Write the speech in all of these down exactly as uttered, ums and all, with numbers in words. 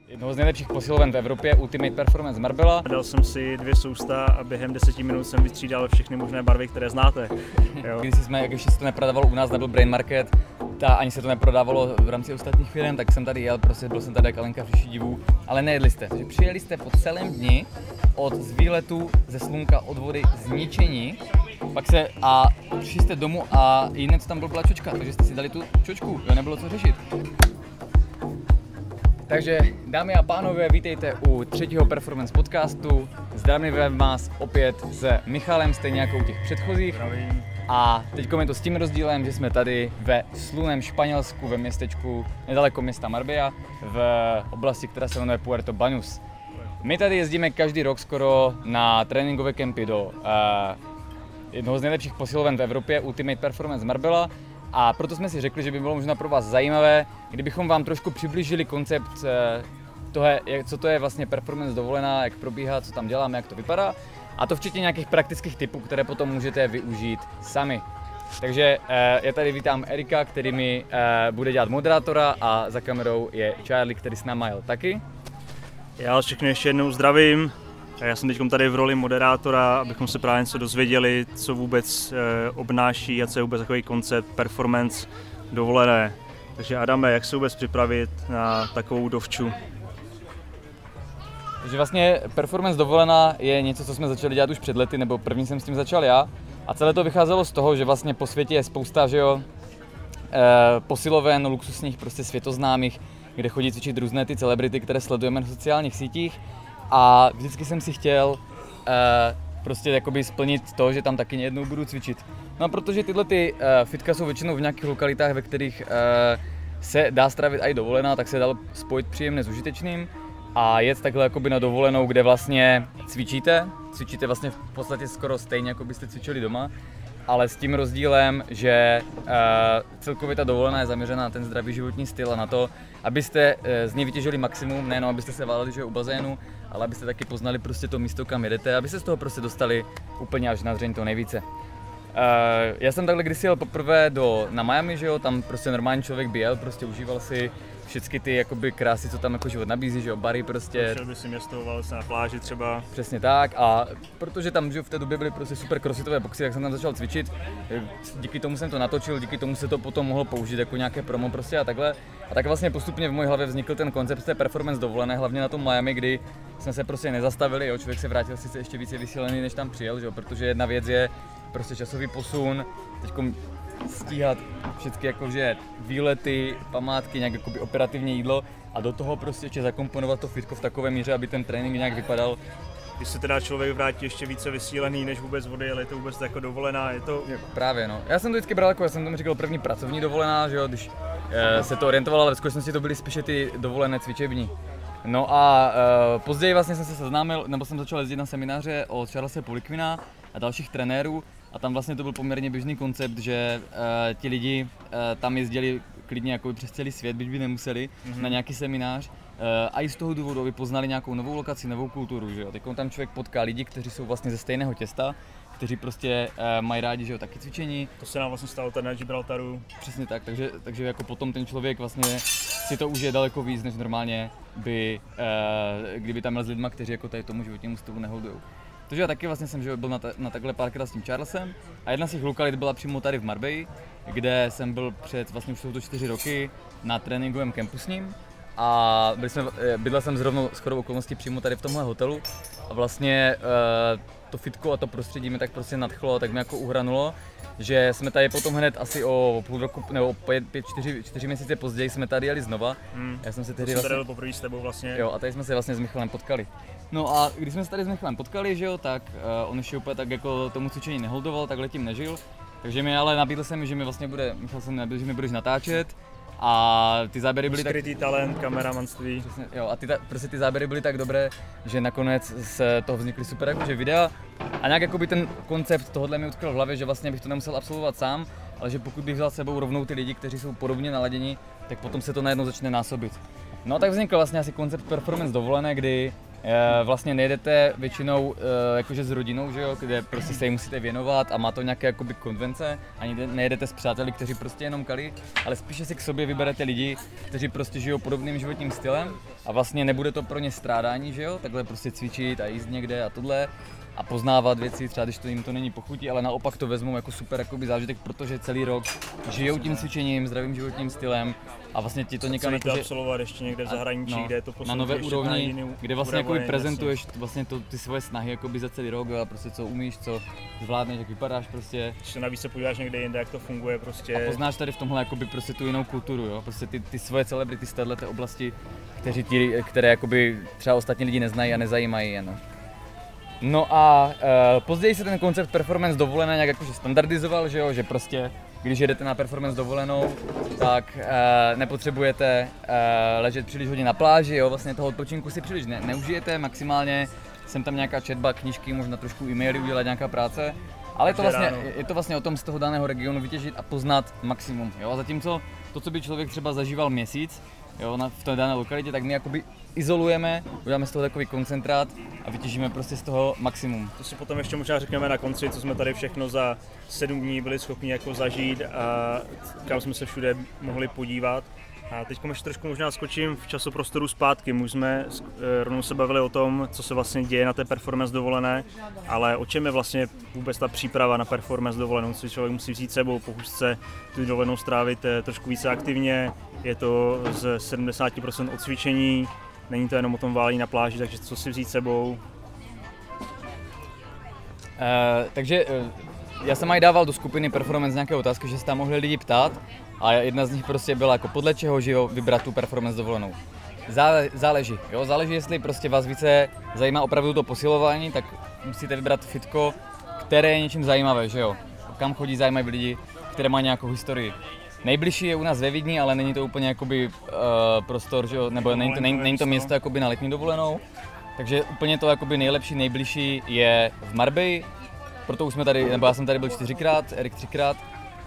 jednoho z nejlepších posiloven v Evropě, Ultimate Performance Marbella. Dal jsem si dvě sousta a během deseti minut jsem vystřídal všechny možné barvy, které znáte. Jo. Když jsme, jak ještě se to neprodávalo u nás, nebyl Brain Market, ta, ani se to neprodávalo v rámci ostatních firm, tak jsem tady jel, prostě byl jsem tady jak Alenka v říši divů, ale nejedli jste. Takže přijeli jste po celém dni od z výletu, ze slunka, od vody, zničení, pak se a přišli jste domů a jiné, co tam bylo, byla čočka, takže jste si dali tu čočku, jo, nebylo co řešit. Takže dámy a pánové, vítejte u třetího Performance podcastu. Zdravíme vás opět s Michalem, stejně jako u těch předchozích. Zdravím. A teď je to s tím rozdílem, že jsme tady ve sluném Španělsku, ve městečku nedaleko města Marbella, v oblasti, která se jmenuje Puerto Banús. My tady jezdíme každý rok skoro na tréninkové kempy do uh, jednoho z nejlepších posiloven v Evropě, Ultimate Performance Marbella. A proto jsme si řekli, že by bylo možná pro vás zajímavé, kdybychom vám trošku přiblížili koncept toho, co to je vlastně performance dovolená, jak probíhá, co tam děláme, jak to vypadá. A to včetně nějakých praktických tipů, které potom můžete využít sami. Takže já tady vítám Erika, který mi bude dělat moderátora, a za kamerou je Charlie, který s náma jel taky. Já vás všechny ještě jednou zdravím. Já jsem teď tady v roli moderátora, abychom se právě něco dozvěděli, co vůbec e, obnáší a co je vůbec takový koncept performance dovolené. Takže Adame, jak se vůbec připravit na takovou dovču? Takže vlastně performance dovolená je něco, co jsme začali dělat už před lety, nebo první jsem s tím začal já. A celé to vycházelo z toho, že vlastně po světě je spousta, že jo, e, posiloven, luxusních, prostě světoznámých, kde chodí cvičit různé ty celebrity, které sledujeme na sociálních sítích. A vždycky jsem si chtěl uh, prostě jakoby splnit to, že tam taky jednou budu cvičit. No, protože tyhle ty uh, fitka jsou většinou v nějakých lokalitách, ve kterých uh, se dá strávit i dovolená, tak se dalo spojit příjemné s užitečným a jet takhle jakoby na dovolenou, kde vlastně cvičíte, cvičíte vlastně v podstatě skoro stejně, jako byste cvičili doma, ale s tím rozdílem, že uh, celkově ta dovolená je zaměřená na ten zdravý životní styl a na to, abyste uh, z něj vytěžili maximum, nejenom abyste se váleli, že u bazénu, ale abyste taky poznali prostě to místo, kam jedete, abyste z toho prostě dostali úplně až na dřeň to nejvíce. Uh, já jsem takhle kdysi jel poprvé do, na Miami, že jo, tam prostě normální člověk by jel, prostě užíval si všechny ty jakoby krásy, co tam jako život nabízí, že jo, bary prostě. Šel by si městoval se na pláži třeba. Přesně tak, a protože tam že v té době byly prostě super crossfitové boxy, tak jsem tam začal cvičit. Díky tomu jsem to natočil, díky tomu se to potom mohlo použít jako nějaké promo prostě a takhle. A tak vlastně postupně v mojí hlavě vznikl ten koncept té performance dovolené, hlavně na tom Miami, kdy jsme se prostě nezastavili, jo, člověk se vrátil sice ještě více vysílený, než tam přijel, že jo, protože jedna věc je prostě časový posun, teďko stíhat všechny jakože výlety, památky, nějak jakoby operativně jídlo a do toho prostě ještě zakomponovat to fitko v takové míře, aby ten trénink nějak vypadal. Když se teda člověk vrátí ještě více vysílený, než vůbec vody, ale je to vůbec jako dovolená, je to... Právě no, já jsem to vždycky bral jako, já jsem tomu říkal první pracovní dovolená, že jo, když e, se to orientovalo, ale v skutečnosti to byly spíše ty dovolené cvičební. No a e, později vlastně jsem se seznámil, nebo jsem začal jezdit na semináře od Charlese Poliquina a dalších trenérů. A tam vlastně to byl poměrně běžný koncept, že uh, ti lidi uh, tam jezdili klidně jako přes celý svět, byť by nemuseli, mm-hmm. na nějaký seminář. Uh, a i z toho důvodu, aby poznali nějakou novou lokaci, novou kulturu, že jo. Teď tam člověk potká lidi, kteří jsou vlastně ze stejného těsta, kteří prostě uh, mají rádi, že jo, taky cvičení. To se nám vlastně stalo tady na Gibraltaru. Přesně tak, takže, takže jako potom ten člověk vlastně si to užije daleko víc, než normálně by, uh, kdyby tam měl s lidma, kteří jako tady tomu životnímu stylu neholdujou. Takže já taky vlastně jsem že byl na, ta, na takhle párkrát s tím Charlesem a jedna z těch lokalit byla přímo tady v Marbelli, kde jsem byl před vlastně už jsou to čtyři roky na tréninkovém kempu s ním a byli jsme, bydlel jsem zrovna shodou okolností přímo tady v tomhle hotelu a vlastně uh, to fitko a to prostředí mě tak prostě nadchlo, tak mě jako uhranulo, že jsme tady potom hned asi o půl roku nebo pět, pět čtyři, čtyři měsíce později jsme tady jeli znova. Hmm. Já jsem se tehdy vlastně... poprvé s tebou vlastně. Jo, a tady jsme se vlastně s Michalem potkali. No a když jsme se tady s Michalem potkali, že jo, tak uh, on ještě úplně tak jako tomu cvičení neholdoval, takhle tím nežil. Takže mi ale nabídl jsem mi, že mi vlastně bude, Michal jsem mi nabídl, že mi budeš natáčet. A ty záběry byly skrytý tak... talent, kameramanství. Přesně, jo, a ty, ta, prostě ty záběry byly tak dobré, že nakonec z toho vznikly super jakože videa. A nějak jakoby ten koncept tohohle mi utkvěl v hlavě, že vlastně bych to nemusel absolvovat sám, ale že pokud bych vzal s sebou rovnou ty lidi, kteří jsou podobně naladěni, tak potom se to najednou začne násobit. No tak vznikl vlastně asi koncept performance dovolené, kdy Vlastně nejedete většinou jakože s rodinou, že jo, kde prostě se jim musíte věnovat a má to nějaké jakoby konvence, ani nejedete s přáteli, kteří prostě jenom kalí, ale spíše si k sobě vyberete lidi, kteří prostě žijou podobným životním stylem a vlastně nebude to pro ně strádání, že jo, takhle prostě cvičit a jíst někde a tohle a poznávat věci, třeba když to jim to není pochutí, ale naopak to vezmou jako super jakoby zážitek, protože celý rok žijou tím cvičením, zdravým životním stylem a vlastně ti to někam jakože absolvovat ještě někde v zahraničí, a, no, kde je to na nové úrovni, na kde vlastně jakoby prezentuješ vlastně to, ty svoje snahy jakoby za celý rok a prostě co umíš, co zvládneš, jak vypadáš prostě. Když se navíc se podíváš někde jinde, jak to funguje prostě. A poznáš tady v tomhle jakoby prostě tu jinou kulturu, jo, prostě ty, ty svoje celebrity z této oblasti, kteří ti, které jakoby třeba ostatní lidi neznají a nezajímají je, no. No a e, později se ten koncept performance dovolené nějak jakože standardizoval, že jo, že prostě když jedete na performance dovolenou, tak e, nepotřebujete e, ležet příliš hodně na pláži, jo, vlastně toho odpočinku si příliš ne, neužijete, maximálně jsem tam nějaká četba, knížky, možná trošku e-maily, udělat nějaká práce, ale je to, vlastně, je to vlastně o tom z toho daného regionu vytěžit a poznat maximum, jo, a zatímco to, co by člověk třeba zažíval měsíc, jo, na, v té dané lokalitě, tak my jakoby izolujeme, uděláme z toho takový koncentrát a vytěžíme prostě z toho maximum. To si potom ještě možná řekneme na konci, co jsme tady všechno za sedm dní byli schopni jako zažít a kam jsme se všude mohli podívat. A teď ještě trošku možná skočím v časoprostoru zpátky. My jsme rovnou se bavili o tom, co se vlastně děje na té performance dovolené, ale o čem je vlastně vůbec ta příprava na performance dovolenou, co člověk musí vzít sebou, pokud chce tu dovolenou strávit trošku více aktivně. Je to z sedmdesát procent od cvičení, není to jenom o tom válení na pláži, takže co si vzít sebou? Uh, takže uh, já jsem aj dával do skupiny performance nějaké otázky, že se tam mohli lidi ptát a jedna z nich prostě byla jako podle čeho žijou vybrat tu performance dovolenou. Zále, záleží, jo, záleží, jestli prostě vás více zajímá opravdu to posilování, tak musíte vybrat fitko, které je něčím zajímavé, že jo. Kam chodí zajímaví lidi, které má nějakou historii. Nejbližší je u nás ve Vídni, ale není to úplně jakoby uh, prostor, že jo, nebo není to, není, není to město jakoby na letní dovolenou. Takže úplně to jakoby nejlepší, nejbližší je v Marbella. Proto už jsme tady, nebo já jsem tady byl čtyřikrát, Erik třikrát.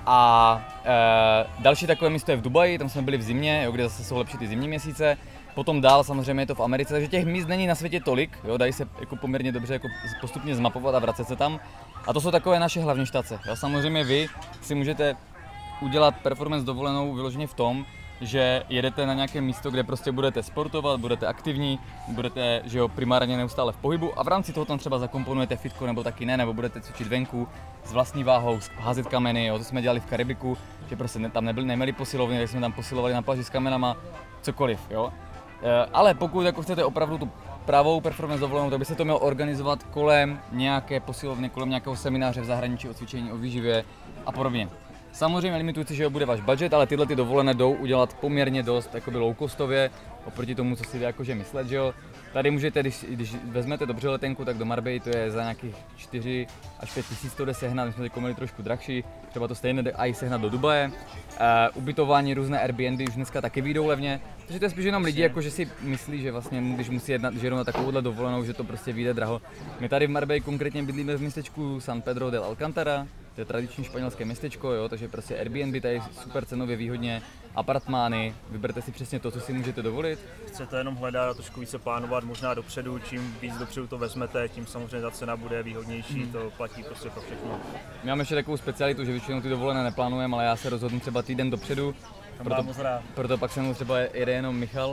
A e, další takové místo je v Dubaji, tam jsme byli v zimě, jo, kde zase jsou lepší ty zimní měsíce. Potom dál samozřejmě je to v Americe, takže těch míst není na světě tolik, jo, dají se jako poměrně dobře jako postupně zmapovat a vracet se tam. A to jsou takové naše hlavní štace. Jo. Samozřejmě vy si můžete udělat performance dovolenou vyloženě v tom, že jedete na nějaké místo, kde prostě budete sportovat, budete aktivní, budete, že jo, primárně neustále v pohybu a v rámci toho tam třeba zakomponujete fitko nebo taky ne, nebo budete cvičit venku s vlastní váhou, házet kameny, jo, to jsme dělali v Karibiku, že prostě ne, tam nebyli, neměli posilovny, tak jsme tam posilovali na pláži s kamenama, cokoliv, jo. E, ale pokud jako chcete opravdu tu pravou performance dovolenou, tak by se to mělo organizovat kolem nějaké posilovny, kolem nějakého semináře v zahraničí o cvičení, o výživě a podobně. Samozřejmě limitující, že bude váš budget, ale tyhle ty dovolené jdou udělat poměrně dost jakoby low costově, oproti tomu, co si jde jakože myslet, že jo. Tady můžete, když, když vezmete dobře letenku, tak do Marbella to je za nějakých čtyři až pět tisíc to jde sehnat, my jsme teď měli trošku drahší, třeba to stejné jde i sehnat do Dubaje. Uh, ubytování, různé Airbnb už dneska taky vyjdou levně, takže to je spíš jenom lidi, jako že si myslí, že vlastně když musí jednat, že jedou na takovouhle dovolenou, že to prostě vyjde draho. My tady v Marbella konkrétně bydlíme v městečku San Pedro del Alcántara, to je tradiční španělské městečko, jo, takže prostě Airbnb tady super cenově výhodně, apartmány, vyberte si přesně to, co si můžete dovolit. Chcete jenom hledat a trošku více plánovat možná dopředu, čím víc dopředu to vezmete, tím samozřejmě ta cena bude výhodnější, hmm. to platí prostě pro všechno. My máme ještě takovou specialitu, že většinou ty dovolené neplánujeme, ale já se rozhodnu třeba týden dopředu, proto, proto pak se mnou třeba jede jenom Michal,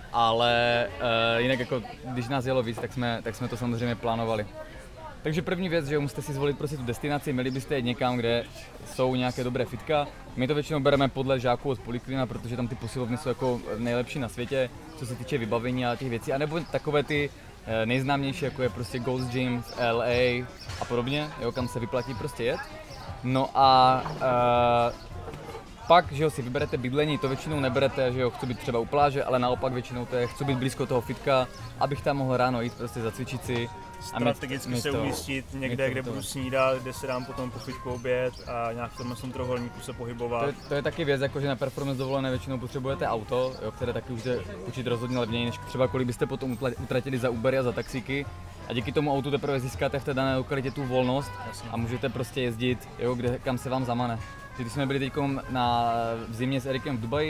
ale uh, jinak jako když nás jelo víc, tak jsme, tak jsme to samozřejmě plánovali. Takže první věc, že musíte si zvolit prostě tu destinaci, měli byste jít někam, kde jsou nějaké dobré fitka. My to většinou bereme podle žáků od Polyklina, protože tam ty posilovny jsou jako nejlepší na světě, co se týče vybavení a těch věcí, a nebo takové ty nejznámější, jako je prostě Ghost Gym v L A a podobně, jo, kam se vyplatí prostě jet. No a uh, pak, že jo, si vyberete bydlení, to většinou neberete, že jo, chci být třeba u pláže, ale naopak většinou to je, chci být blízko toho fitka, abych tam mohl ráno jít prostě zacvičit si. Strategicky mít, se mít umístit někde, kde budu snídat, kde si dám potom po fitku oběd a nějak v tomhle trojuhelníku se pohybovat. To je, to je taky věc, jako že na performance dovolené většinou potřebujete auto, jo, které taky už jde učit rozhodně levněji, než třeba kolik byste potom utratili za Ubery a za taxíky. A díky tomu autu teprve získáte v té dané lokalitě tu volnost. Jasně. A můžete prostě jezdit, jo, kde, kam se vám zamane. Když jsme byli teď na, v zimě s Erikem v Dubaji,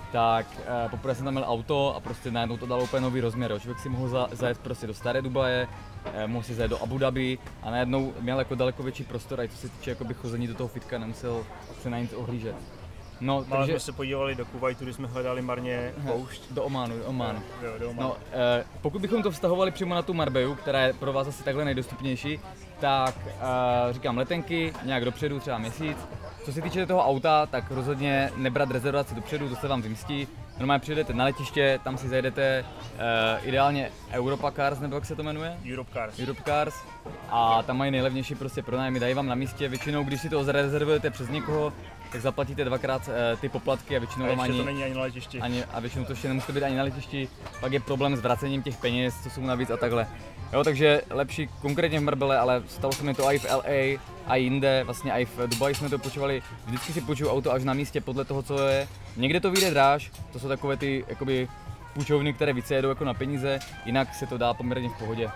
tak uh, poprvé jsem tam měl auto a prostě najednou to dalo úplně nový rozměr. Jo. Člověk si mohl za, zajet prostě do staré Dubaje, eh, mohl si zajet do Abu Dhabi a najednou měl jako daleko větší prostor, a co se týče jakoby chození do toho fitka, nemusel se na nic ohlížet. No, ale takže jsme se podívali do Kuwaitu, když jsme hledali marně poušť. Do Ománu, do Ománu. Jo, do Ománu. No, eh, pokud bychom to vztahovali přímo na tu Marbellu, která je pro vás asi takhle nejdostupnější, tak eh, říkám letenky nějak dopředu, třeba měsíc. Co se týče toho auta, tak rozhodně nebrat rezervaci dopředu, to se vám vymstí. Normálně přijedete na letiště, tam si zajdete uh, ideálně Europa Cars, nebo jak se to jmenuje? Europe Cars. Europe Cars. A tam mají nejlevnější prostě pronájmy, dají vám na místě. Většinou, když si to zarezervujete přes někoho, tak zaplatíte dvakrát uh, ty poplatky a většinou a vám ještě ani, to není ani na letišti. Ani, a většinou to ještě nemusí být ani na letišti. Pak je problém s vracením těch peněz, co jsou navíc a takhle. Jo, takže lepší konkrétně v Marbelle, ale stalo se mi to i v L A a jinde, vlastně i v Dubaji jsme to počívali. Vždycky si půjčuju auto až na místě podle toho, co je. Někde to vyjde dráž, to jsou takové ty jakoby půjčovny, které více jedou jako na peníze, jinak se to dá poměrně v pohodě.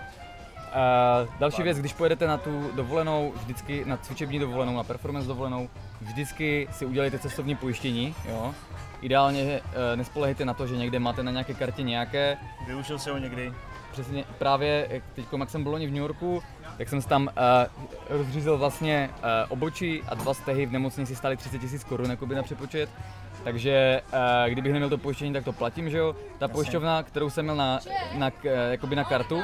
Uh, další věc, když pojedete na tu dovolenou, vždycky na cvičební dovolenou, na performance dovolenou, vždycky si udělejte cestovní pojištění, jo. Ideálně uh, nespolehejte na to, že někde máte na nějaké kartě nějaké. Využil jsi ho někdy? Přesně, právě teď, jak jsem byl loni v New Yorku, tak jsem si tam uh, rozřízl vlastně uh, obočí a dva stehy v nemocnici stály třicet tisíc korun jakoby na přepočet. Takže uh, kdybych neměl to pojištění, tak to platím, že jo. Ta pojišťovna, kterou jsem měl na, na, uh, jakoby na kartu,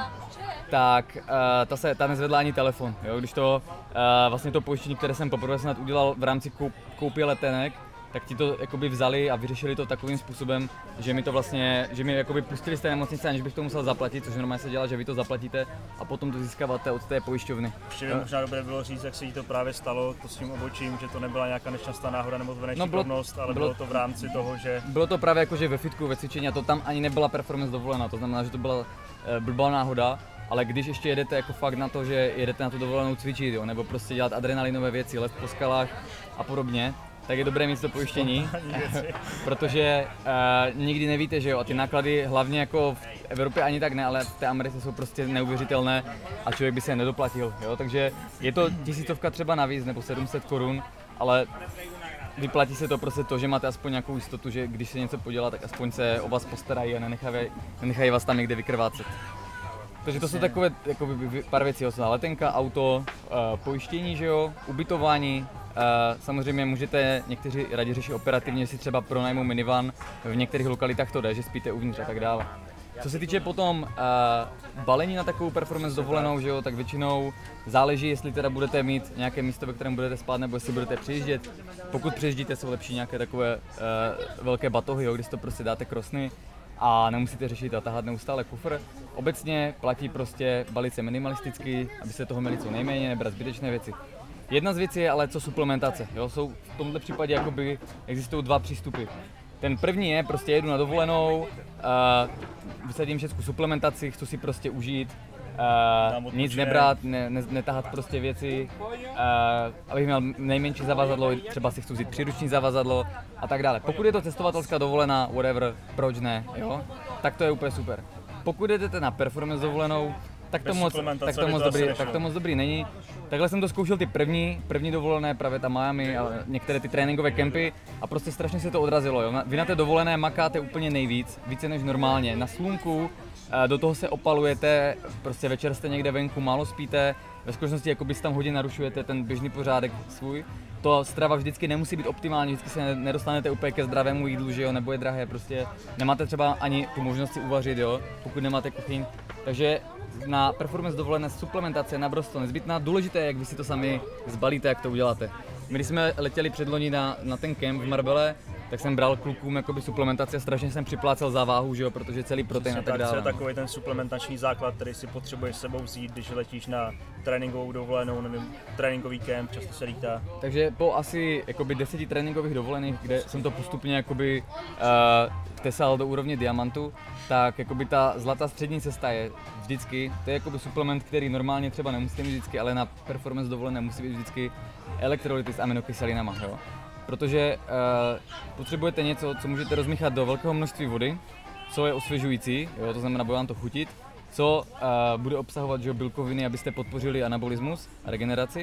tak uh, ta, se, ta nezvedla ani telefon, jo. Když to uh, vlastně to pojištění, které jsem poprvé snad udělal v rámci koup, koupě letenek, tak ti to jakoby vzali a vyřešili to takovým způsobem, že mi to vlastně, že mi jakoby pustili z té nemocnice, aniž bych to musel zaplatit, což normálně se dělá, že vy to zaplatíte a potom to získáváte od té pojišťovny. Ještě by možná dobré bylo říct, jak se jí to právě stalo, to s tím obočím, že to nebyla nějaká nešťastná náhoda nebo no bylo, ale bylo, bylo to v rámci toho, že... Bylo to právě jako, že ve fitku, ve cvičení a to tam ani nebyla performance dovolená, to znamená, že to byla e, blbá náhoda. Ale když ještě jedete jako fakt na to, že jedete na tu dovolenou cvičit, jo, nebo prostě dělat adrenalinové věci, let po skalách a podobně, tak je dobré mít to pojištění, protože uh, nikdy nevíte, že jo, a ty náklady hlavně jako v Evropě ani tak ne, ale v té Americe jsou prostě neuvěřitelné a člověk by se je nedoplatil, jo, takže je to tisícovka třeba navíc nebo sedm set korun, ale vyplatí se to prostě to, že máte aspoň nějakou jistotu, že když se něco podělá, tak aspoň se o vás postarají a nenechají, nenechají vás tam někde vykrvácet. Takže to jsou takové jako pár věcí, letenka, auto, uh, pojištění, že jo, ubytování. Uh, samozřejmě můžete, někteří rádi řeší operativně, že si třeba pronajmou minivan, v některých lokalitách to jde, že spíte uvnitř a tak dále. Co se týče potom uh, balení na takovou performance dovolenou, že jo, tak většinou záleží, jestli teda budete mít nějaké místo, ve kterém budete spát, nebo jestli budete přijíždět. Pokud přijíždíte, jsou lepší nějaké takové uh, velké batohy, jo, kde si to prostě dáte krosny a nemusíte řešit a tahat neustále kufr. Obecně platí prostě balit se minimalisticky, aby se toho měli co nejméně, nebrat zbytečné věci. Jedna z věcí je ale co suplementace, jo? Jsou v tomto případě jakoby existují dva přístupy. Ten první je prostě jedu na dovolenou, uh, vysadím všechnu suplementaci, chci si prostě užít, uh, nic nebrat, ne, ne, netahat prostě věci, uh, abych měl nejmenší zavazadlo, třeba si chci vzít příruční zavazadlo a tak dále. Pokud je to cestovatelská dovolená, whatever, proč ne, jo? Tak to je úplně super. Pokud jdete na performance dovolenou, tak to, moc, tak, to moc dobrý, tak to moc dobrý není. Takhle jsem to zkoušel ty první, první dovolené, právě tam Miami a některé ty tréninkové kempy a prostě strašně se to odrazilo. Jo. Vy na té dovolené makáte úplně nejvíc, více než normálně. Na slunku, do toho se opalujete, prostě večer jste někde venku, málo spíte, ve skutečnosti jakoby si tam hodně narušujete ten běžný pořádek svůj. To strava vždycky nemusí být optimální, vždycky se nedostanete úplně ke zdravému jídlu, že jo, nebo je drahé, prostě nemáte třeba ani tu možnost si uvařit, jo, pokud nemáte kuchyň. Takže na performance dovolené suplementace je naprosto nezbytná. Důležité je, jak vy si to sami zbalíte, jak to uděláte. My když jsme letěli předloni na, na ten kemp v Marbelle, tak jsem bral klukům jakoby suplementaci a strašně jsem připlácel za váhu, že jo, protože celý protein a tak dále. To je takový ten suplementační základ, který si potřebuješ s sebou vzít, když letíš na tréninkovou dovolenou, nevím, tréninkový kemp, často se lítá. Takže po asi jakoby deseti tréninkových dovolených, kde jsem to postupně jakoby uh, tesal do úrovně diamantu, tak jakoby ta zlatá střední cesta je vždycky, to je jakoby suplement, který normálně třeba nemusíte mít vždycky, ale na performance dovolené musí být vždycky elektrolyty s aminokyselinama, jo. Protože uh, potřebujete něco, co můžete rozmíchat do velkého množství vody, co je osvěžující, jo, to znamená, bude vám to chutit, co uh, bude obsahovat že, bílkoviny, abyste podpořili anabolismus a regeneraci,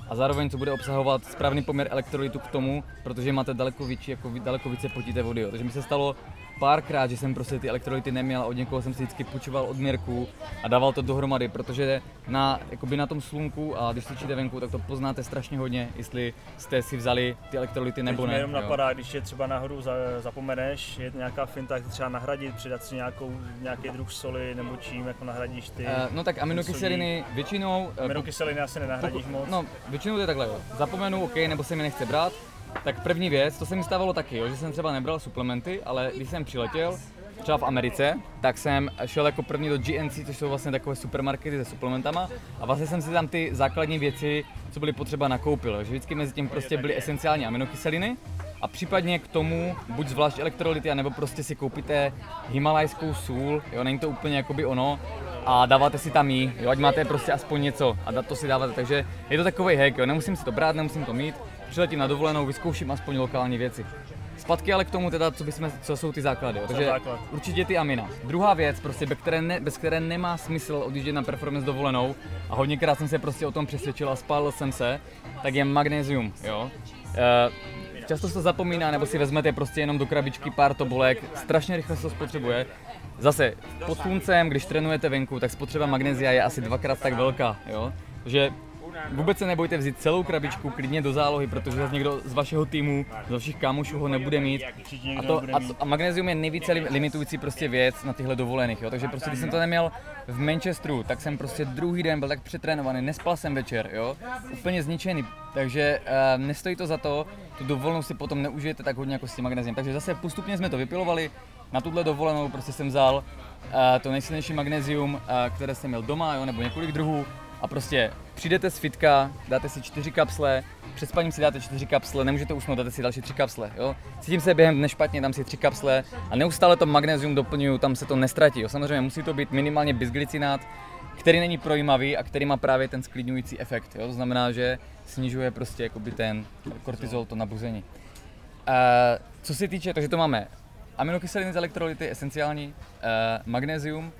a zároveň co bude obsahovat správný poměr elektrolytu k tomu, protože máte daleko větší, jako daleko více potíte vody. Jo. Takže mi se stalo párkrát, že jsem prostě ty elektrolyty neměl, od někoho jsem si vždycky půjčoval odměrku a dával to dohromady, protože na, jakoby na tom slunku a když cvičíte venku, tak to poznáte strašně hodně, jestli jste si vzali ty elektrolyty nebo ne. Teď mě jenom napadá, když je třeba náhodou za, zapomeneš, je nějaká finta, jak třeba nahradit, přidat si nějakou, nějaký druh soli nebo čím, jako nahradíš ty. Uh, no tak aminokyseliny většinou. Aminokyseliny asi nenahradíš poku, moc. No většinou to je takhle, jo. Zapomenu, ok, nebo se mi nechce brát. Tak první věc, to se mi stávalo taky, jo, že jsem třeba nebral suplementy, ale když jsem přiletěl, třeba v Americe, tak jsem šel jako první do G N C, což jsou vlastně takové supermarkety se suplementama a vlastně jsem si tam ty základní věci, co byly potřeba, nakoupil, že vždycky mezi tím prostě byly esenciální aminokyseliny a případně k tomu buď zvlášť elektrolyty, anebo prostě si koupíte himalajskou sůl, jo, není to úplně jakoby ono, a dáváte si tam jí, jo, ať máte prostě aspoň něco a to si dáváte, takže je to takovej hack, jo, nemusím si to brát, nemusím to mít, přiletím na dovolenou, vyzkouším aspoň lokální věci. Zpátky ale k tomu teda, co, bychom, co jsou ty základy, jo. Takže základ? Určitě ty amina. Druhá věc, prostě bez které, ne, bez které nemá smysl odjíždět na performance dovolenou a hodněkrát jsem se prostě o tom přesvědčil a spálil jsem se, tak je magnézium, jo. E, často se to zapomíná, nebo si vezmete prostě jenom do krabičky pár tobolek, strašně rychle se to spotřebuje. Zase, pod sluncem, když trénujete venku, tak spotřeba magnézia je asi dvakrát tak velká, jo. Takže vůbec se nebojte vzít celou krabičku klidně do zálohy, protože zase někdo z vašeho týmu, z vašich kámošů ho nebude mít. A, to, a, to, a magnézium je nejvíce limitující prostě věc na těchto dovolených, jo. Takže prostě když jsem to neměl v Manchesteru, tak jsem prostě druhý den byl tak přetrénovaný, nespal jsem večer, jo, úplně zničený. Takže uh, nestojí to za to, tu dovolenou si potom neužijete tak hodně jako s tím magnéziem. Takže zase postupně jsme to vypilovali, na tuhle dovolenou prostě jsem vzal uh, to nejsilnější magnézium, uh, které jsem měl doma, jo, nebo několik druhů. A prostě přijdete z fitka, dáte si čtyři kapsle, před spaním si dáte čtyři kapsle, nemůžete usnout, dáte si další tři kapsle, jo. Cítím se během dne špatně, dám si tři kapsle a neustále to magnézium doplňuju, tam se to nestratí, jo. Samozřejmě musí to být minimálně bisglycinát, který není projímavý a který má právě ten sklidňující efekt, jo. To znamená, že snižuje prostě jakoby ten kortizol, to nabuzení. Uh, co se týče, takže to máme aminokyseliny z elektrolyty, esenciální, uh, magnézium,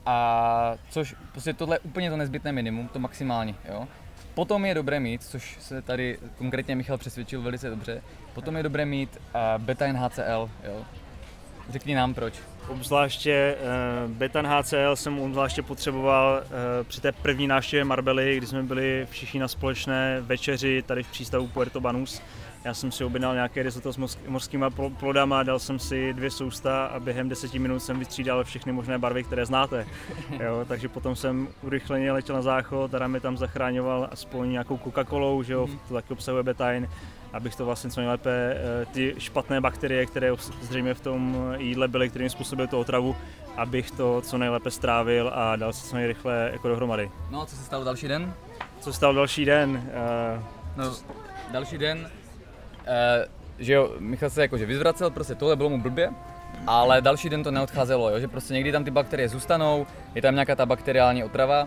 a což prostě tohle je úplně to nezbytné minimum, to maximální, jo. Potom je dobré mít, což se tady konkrétně Michal přesvědčil velice dobře, potom je dobré mít uh, beta-N H C L, jo. Řekni nám proč. Obzvláště uh, beta-N H C L jsem obzvláště potřeboval uh, při té první návštěvě Marbelly, kdy jsme byli všichni na společné večeři tady v přístavu Puerto Banús. Já jsem si objednal nějaké risotto s mořskýma plodama, dal jsem si dvě sousta a během deseti minut jsem vystřídal všechny možné barvy, které znáte. Jo, takže potom jsem urychleně letěl na záchod, a mi tam zachráňoval aspoň nějakou Coca-Colou, že jo, to taky obsahuje beta-in, abych to vlastně co nejlépe, ty špatné bakterie, které zřejmě v tom jídle byly, kterým způsobil tu otravu, abych to co nejlépe strávil a dal se co nejrychle jako dohromady. No a co se stalo další den? Co se stalo další den? Uh... No, další den. Uh, že jo, Michal se jakože vyzvracel, prostě tohle bylo mu blbě, ale další den to neodcházelo, jo, že prostě někdy tam ty bakterie zůstanou, je tam nějaká ta bakteriální otrava.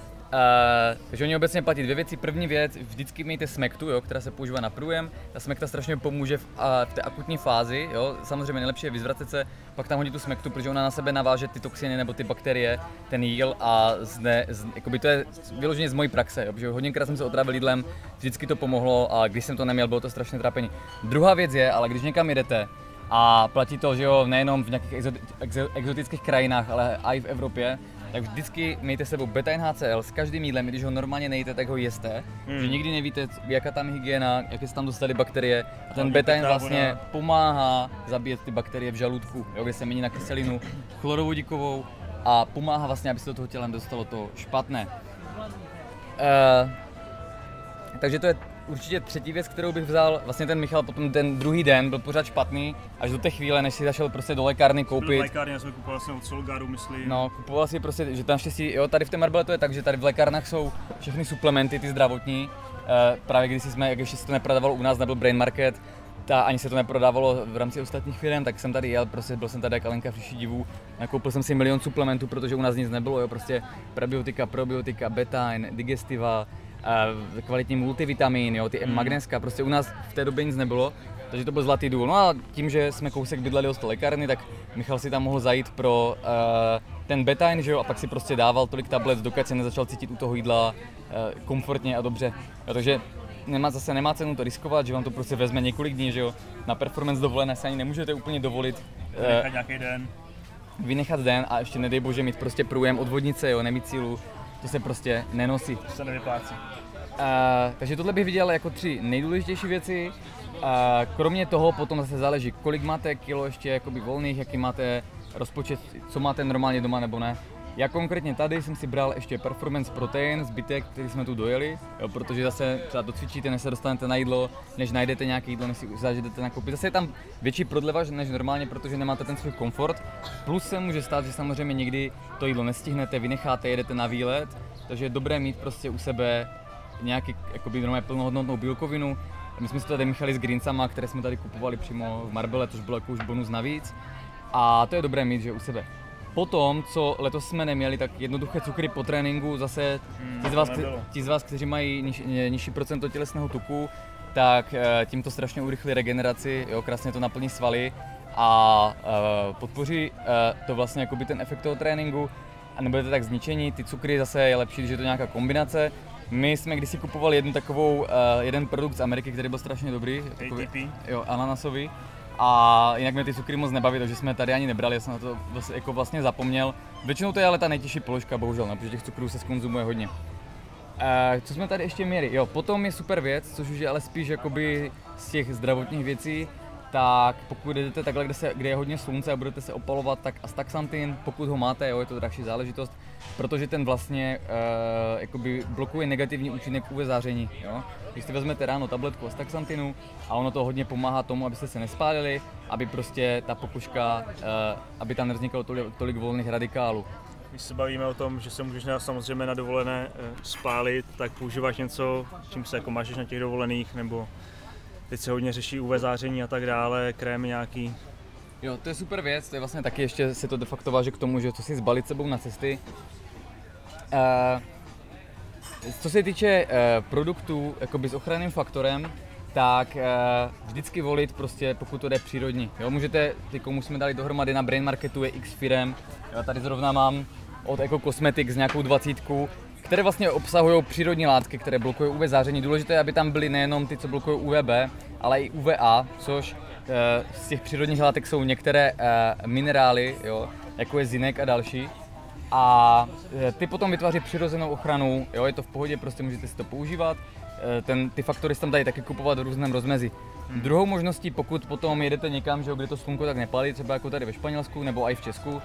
Uh, takže oni obecně platí dvě věci. První věc, vždycky mějte smektu, jo, která se používá na průjem. Ta smekta strašně pomůže v, uh, v té akutní fázi, jo. Samozřejmě nejlepší je vyzvracet se, pak tam hodit tu smektu, protože ona na sebe naváže ty toxiny nebo ty bakterie, ten jíl a zne, z, jakoby to je vyloženě z mojí praxe, jo, protože hodněkrát jsem se otravil jídlem, vždycky to pomohlo a když jsem to neměl, bylo to strašně trápení. Druhá věc je, ale když někam jedete, a platí to, že jo, nejenom v nějakých exo, exo, exotických krajinách, ale i v Evropě, tak vždycky mějte sebou beta-N H C L s každým jídlem, když ho normálně nejíte, tak ho jeste, hmm. že nikdy nevíte, jaká tam hygiena, jaké se tam dostaly bakterie a ten beta-in vlastně pomáhá zabíjet ty bakterie v žaludku, jo, kde se mění na kyselinu chlorovodíkovou a pomáhá vlastně, aby se do toho těla dostalo to špatné. Uh, takže to je určitě třetí věc, kterou bych vzal, vlastně ten Michal potom ten druhý den byl pořád špatný, až do té chvíle, než si zašel prostě do lékárny koupit. Byl v lékárně, já jsem kupoval jsem od Solgaru, myslím. No, kupoval si prostě, že tam štěstí, jo, tady v té Marbelle to je tak, že tady v lékárnách jsou všechny suplementy, ty zdravotní, e, právě když jsme, jak ještě se to neprodávalo u nás, nebyl Brain Market, ta, ani se to neprodávalo v rámci ostatních firm, tak jsem tady jel, prostě byl jsem tady jak Alenka v říši divů, nakoupil jsem si milion suplementů, protože u nás nic nebylo, jo, prostě prebiotika, probiotika, beta-in, digestiva, Uh, kvalitní multivitamin, jo, ty mm. magnéska, prostě u nás v té době nic nebylo, takže to byl zlatý důl. No a tím, že jsme kousek bydleli od té lékárny, tak Michal si tam mohl zajít pro uh, ten beta-in, že jo, a pak si prostě dával tolik tablet, dokud se nezačal cítit u toho jídla uh, komfortně a dobře. Jo, takže nemá, zase nemá cenu to riskovat, že vám to prostě vezme několik dní, že jo. Na performance dovolené se ani nemůžete úplně dovolit. Vynechat uh, nějaký den. Vynechat den a ještě nedej bože mít prostě průjem od vodnice, jo, nemít sílu, to se prostě nenosí. To se nevyplácí. Uh, takže tohle bych viděl jako tři nejdůležitější věci. Uh, kromě toho potom zase záleží, kolik máte kilo ještě jakoby volných, jaký máte rozpočet, co máte normálně doma nebo ne. Já konkrétně tady jsem si bral ještě performance protein, zbytek, který jsme tu dojeli, jo, protože zase třeba docvičíte, než se dostanete na jídlo, než najdete nějaké jídlo, než si zažijete nakoupit. Zase je tam větší prodleva než normálně, protože nemáte ten svůj komfort. Plus se může stát, že samozřejmě někdy to jídlo nestihnete, vynecháte, jedete na výlet, takže je dobré mít prostě u sebe nějaký jakoby normálně plnohodnotnou bílkovinu. My jsme si to tady míchali s greensama, které jsme tady kupovali přímo v Marbelle, což bylo jako už bonus navíc. A to je dobré mít, že u sebe. Potom, co letos jsme neměli, tak jednoduché cukry po tréninku, zase ti z vás, ti z vás kteří mají niž, nižší procento tělesného tuku, tak tím to strašně urychlí regeneraci, jo, krásně to naplní svaly a uh, podpoří uh, to vlastně jakoby ten efekt toho tréninku a nebudete tak zničení. Ty cukry zase je lepší, když je to nějaká kombinace. My jsme kdysi kupovali jednu takovou, uh, jeden produkt z Ameriky, který byl strašně dobrý, takový, jo, ananasový. A jinak mě ty cukry moc nebaví, takže jsme tady ani nebrali, já jsem na to vlastně, jako vlastně zapomněl. Většinou to je ale ta nejtěžší položka, bohužel, no, protože těch cukrů se skonzumuje hodně. E, co jsme tady ještě měli? Jo, potom je super věc, což už je ale spíš jakoby z těch zdravotních věcí, tak pokud jdete takhle, kde, se, kde je hodně slunce a budete se opalovat, tak astaxantin, pokud ho máte, jo, je to drahší záležitost, protože ten vlastně e, jakoby blokuje negativní účinek U V záření. Jo? Když si vezmete ráno tabletku astaxantinu a ono to hodně pomáhá tomu, abyste se nespálili, aby prostě ta pokožka, e, aby tam nevzniklo tolik, tolik volných radikálů. Když se bavíme o tom, že se můžeš na, samozřejmě na dovolené e, spálit, tak používáš něco, čím se jako mášeš na těch dovolených, nebo teď se hodně řeší U V záření a tak dále, krémy nějaký. Jo, to je super věc, to je vlastně taky ještě se to de facto váže k tomu, že co si zbalit sebou na cesty. Uh, co se týče uh, produktů jakoby s ochranným faktorem, tak uh, vždycky volit prostě, pokud to jde přírodní. Jo, můžete, ty komu jsme dali dohromady na Brain Marketu je X firem, já tady zrovna mám od Eco Cosmetics nějakou dvacítku, které vlastně obsahují přírodní látky, které blokují U V záření. Důležité je, aby tam byly nejenom ty, co blokují U V B, ale i U V A, což z těch přírodních látek jsou některé minerály, jo, jako je zinek a další. A ty potom vytváří přirozenou ochranu, jo, je to v pohodě, prostě můžete si to používat. Ten, ty faktory se tam dají taky kupovat v různém rozmezí. Hmm. Druhou možností, pokud potom jedete někam, že, kde to slunko tak nepálí, třeba jako tady ve Španělsku nebo i v Česku,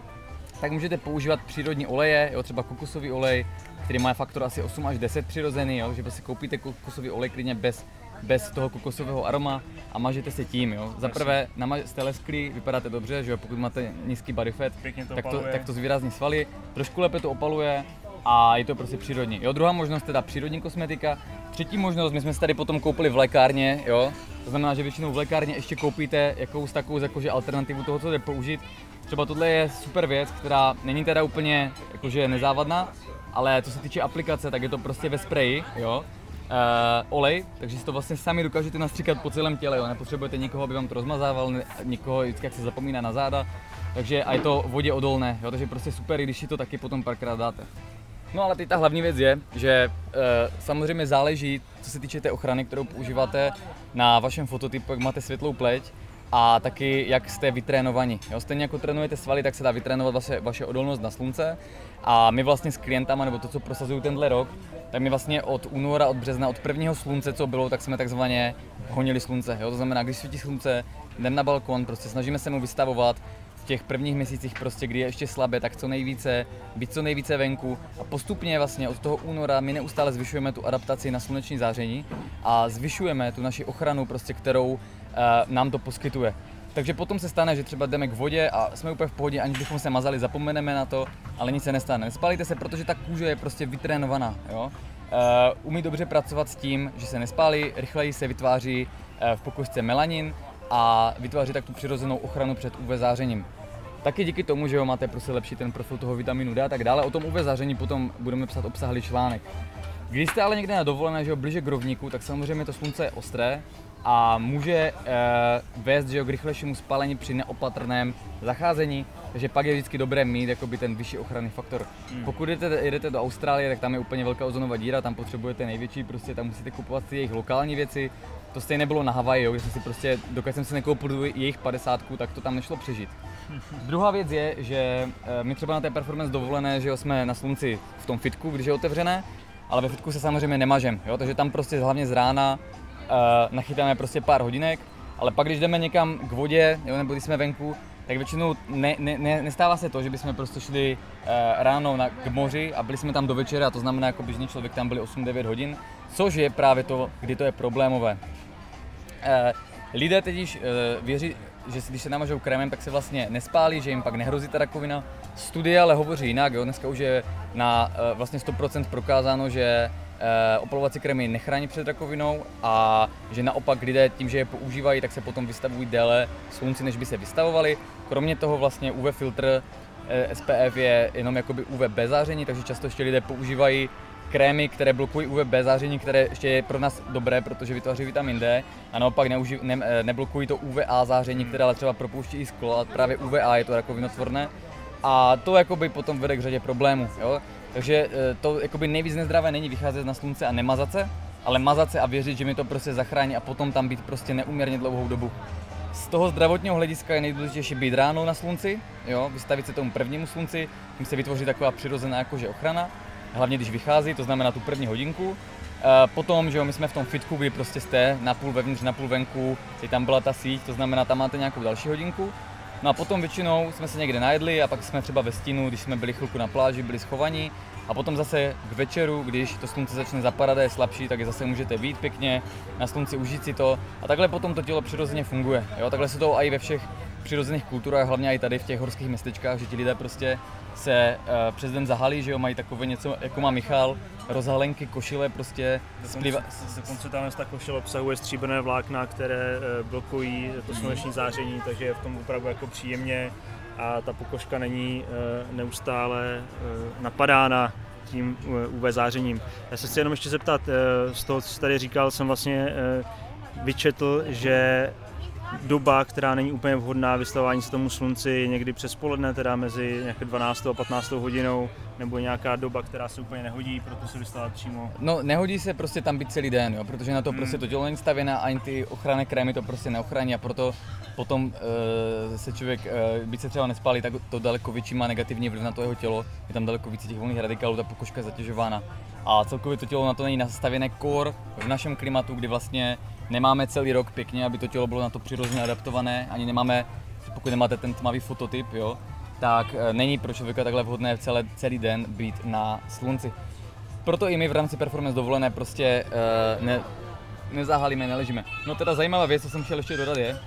tak můžete používat přírodní oleje, jo, třeba kokosový olej, který má faktor asi osm až deset přirozený, jo, že si koupíte kokosový olej klidně bez, bez toho kokosového aroma a mažete se tím. Jo. Za prvé jste lesklí, vypadáte dobře, že jo, pokud máte nízký body fat, to tak, to, tak to zvýrazní svaly, trošku lépe to opaluje a je to prostě přírodní. Jo, druhá možnost teda přírodní kosmetika. Třetí možnost, my jsme si tady potom koupili v lékárně, jo, to znamená, že většinou v lékárně ještě koupíte jakous takovou jakože alternativu toho, co jde použít. Třeba tohle je super věc, která není teda úplně jakože nezávadná, ale co se týče aplikace, tak je to prostě ve spreji, jo. Uh, olej, takže si to vlastně sami dokážete nastříkat po celém těle, jo. Nepotřebujete nikoho, aby vám to rozmazával, ne, nikoho, vždycky jak se zapomíná na záda, takže a je to vodě odolné, jo. Takže prostě super, když si to taky potom párkrát dáte. No ale teď ta hlavní věc je, že uh, samozřejmě záleží, co se týče té ochrany, kterou používáte na vašem fototypu, jak máte světlou pleť, a taky jak jste vytrénovaní. Jo, stejně jako trénujete svaly, tak se dá vytrénovat vaše, vaše odolnost na slunce a my vlastně s klientama, nebo to, co prosazují tenhle rok, tak my vlastně od února, od března, od prvního slunce, co bylo, tak jsme takzvaně honili slunce. Jo? To znamená, když svítí slunce, jdem na balkon, prostě snažíme se mu vystavovat v těch prvních měsících, prostě, kdy je ještě slabé, tak co nejvíce, být co nejvíce venku a postupně vlastně od toho února my neustále zvyšujeme tu adaptaci na sluneční záření a zvyšujeme tu naši ochranu, prostě, kterou uh, nám to poskytuje. Takže potom se stane, že třeba jdeme k vodě a jsme úplně v pohodě, aniž bychom se mazali, zapomeneme na to, ale nic se nestane. Nespálíte se, protože ta kůže je prostě vytrénovaná. Jo? Uh, umí dobře pracovat s tím, že se nespálí, rychleji se vytváří uh, v pokožce melanin a vytváří tak tu přirozenou ochranu před U V zářením. Taky díky tomu, že jo, máte prostě lepší ten profil toho vitaminu D a tak dále. O tom U V záření potom budeme psát obsáhlý článek. Když jste ale někde na dovolené, že jo, blíže k rovníku, tak samozřejmě to slunce je ostré a může uh, vést, že jo, k rychlejšímu spálení při neopatrném zacházení, takže pak je vždycky dobré mít jakoby ten vyšší ochranný faktor. Hmm. Pokud jdete, jedete do Austrálie, tak tam je úplně velká ozonová díra, tam potřebujete největší, prostě tam musíte kupovat si jejich lokální věci. To stejně bylo na Havaji, kde jsem si prostě, dokud jsem si nekoupil jejich padesátku, tak to tam nešlo přežít. Druhá věc je, že my třeba na té performance dovolené, že jo, jsme na slunci v tom fitku, když je otevřené, ale ve fitku se samozřejmě nemažem, jo, takže tam prostě hlavně z rána uh, nachytáme prostě pár hodinek, ale pak když jdeme někam k vodě, jo, nebo když jsme venku, tak většinou ne, ne, ne, nestává se to, že bychom prostě šli uh, ráno na, k moři a byli jsme tam do večera, to znamená jako běžný člověk tam byli osm devět hodin, což je právě to, kdy to je problémové. Uh, lidé teď uh, věří, že když se namažou krémem, tak se vlastně nespálí, že jim pak nehrozí ta rakovina. Studie ale hovoří jinak, jo? Dneska už je na uh, vlastně sto procent prokázáno, že uh, opalovací krémy nechrání před rakovinou a že naopak lidé tím, že je používají, tak se potom vystavují déle slunci, než by se vystavovali. Kromě toho vlastně U V filtr uh, S P F je jenom jakoby U V B záření, takže často ještě lidé používají krémy, které blokují U V B záření, které ještě je pro nás dobré, protože vytváří vitamin D, a naopak neuži, ne, neblokují to U V A záření, které ale třeba propouští i sklo, a právě U V A je to rakovinotvorné a to jakoby potom vede k řadě problémů, jo? Takže to jakoby nejvíc nezdravé není vycházet na slunce a nemazat se, ale mazat se a věřit, že mi to prostě zachrání a potom tam být prostě neúměrně dlouhou dobu. Z toho zdravotního hlediska je nejdůležitější být ráno na slunci, jo? Vystavit se tomu prvnímu slunci, tím se vytvoří taková přirozená jakože ochrana. Hlavně když vychází, to znamená tu první hodinku. E, potom, že jo, my jsme v tom fitku, kdy prostě jste napůl vevnitř, napůl venku, teď tam byla ta síť, to znamená, tam máte nějakou další hodinku. No a potom většinou jsme se někde najedli a pak jsme třeba ve stínu, když jsme byli chvilku na pláži, byli schovaní. A potom zase k večeru, když to slunce začne zapadat a je slabší, tak je zase můžete vyjít pěkně, na slunci užít si to. A takhle potom to tělo přirozeně funguje. Jo? Takhle se to i ve všech přirozených kulturách, hlavně i tady v těch horských městečkách, že ti lidé prostě se uh, přes den zahalí, že jo, mají takové něco, jako má Michal, rozhalenky, košile prostě. Splýva... Dokonce tam ta košile obsahuje stříbrné vlákna, které uh, blokují to sluneční záření, takže je v tom opravdu jako příjemně a ta pokožka není uh, neustále uh, napadána tím uh, U V zářením. Já se chci jenom ještě zeptat, uh, z toho, co jsi tady říkal, jsem vlastně uh, vyčetl, že doba, která není úplně vhodná vystavování se tomu slunci, někdy přes poledne, teda mezi nějaké dvanáctou a patnáctou hodinou, nebo nějaká doba, která se úplně nehodí, proto se vystavovat přímo. No, nehodí se prostě tam být celý den, jo, protože na to hmm. prostě to tělo není stavěné, ani ty ochranné krémy to prostě neochrání a proto potom uh, se člověk, uh, byť se třeba nespálí, tak to daleko větší má negativní vliv na to jeho tělo, je tam daleko více těch volných radikálů, ta pokožka je zatěžována a celkově to tělo na to není nastavené kor v našem klimatu, kdy vlastně nemáme celý rok pěkně, aby to tělo bylo na to přirozeně adaptované, ani nemáme, pokud nemáte ten tmavý fototyp, jo, tak není pro člověka takhle vhodné celý, celý den být na slunci. Proto i my v rámci performance dovolené prostě uh, ne, nezahalíme, neležíme. No teda zajímavá věc, co jsem chtěl ještě dodat je,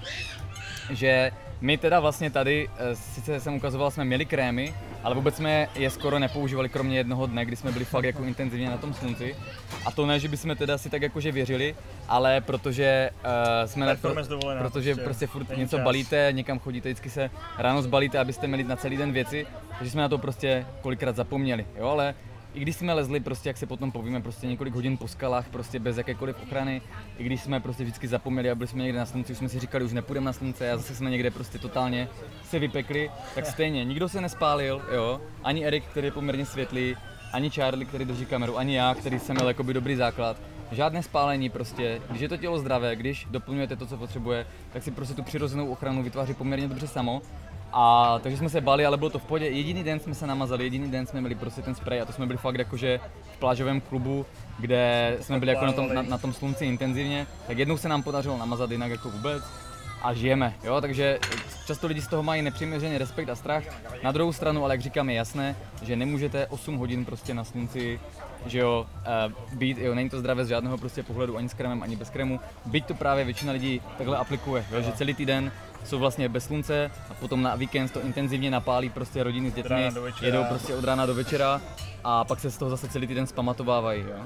že my teda vlastně tady, sice jsem ukazoval, jsme měli krémy, ale vůbec jsme je skoro nepoužívali, kromě jednoho dne, kdy jsme byli fakt jako intenzivně na tom slunci. A to ne, že bychom teda si tak jakože věřili, ale protože uh, jsme pro, dovolená, protože prostě, prostě furt něco čas. balíte, někam chodíte, vždycky se ráno zbalíte, abyste měli na celý den věci, takže jsme na to prostě kolikrát zapomněli, jo, ale i když jsme lezli, prostě jak se potom povíme, prostě několik hodin po skalách, prostě bez jakékoliv ochrany, i když jsme prostě vždycky zapomněli a byli jsme někde na slunci, už jsme si říkali, už nepůjdeme na slunce a zase jsme někde prostě totálně se vypekli, tak stejně, nikdo se nespálil, jo, ani Erik, který je poměrně světlý, ani Charlie, který drží kameru, ani já, který jsem měl jakoby dobrý základ. Žádné spálení prostě, když je to tělo zdravé, když doplňujete to, co potřebuje, tak si prostě tu přirozenou ochranu vytváří poměrně dobře samo. A takže jsme se báli, ale bylo to v pohodě. Jediný den jsme se namazali, jediný den jsme měli prostě ten spray a to jsme byli fakt jakože v plážovém klubu, kde jsme byli jako na tom, na, na tom slunci intenzivně. Tak jednou se nám podařilo namazat, jinak jako vůbec. A žijeme, jo, takže často lidi z toho mají nepřiměřený respekt a strach. Na druhou stranu, ale jak říkám, je jasné, že nemůžete osm hodin prostě na slunci, že jo, uh, být, jo, není to zdravé z žádného prostě pohledu, ani s krémem, ani bez krému. Byť to právě většina lidí takhle aplikuje, jo, že celý týden jsou vlastně bez slunce a potom na víkend to intenzivně napálí prostě rodiny s dětmi, jedou prostě od rána do večera a pak se z toho zase celý týden zpamatovávají, jo.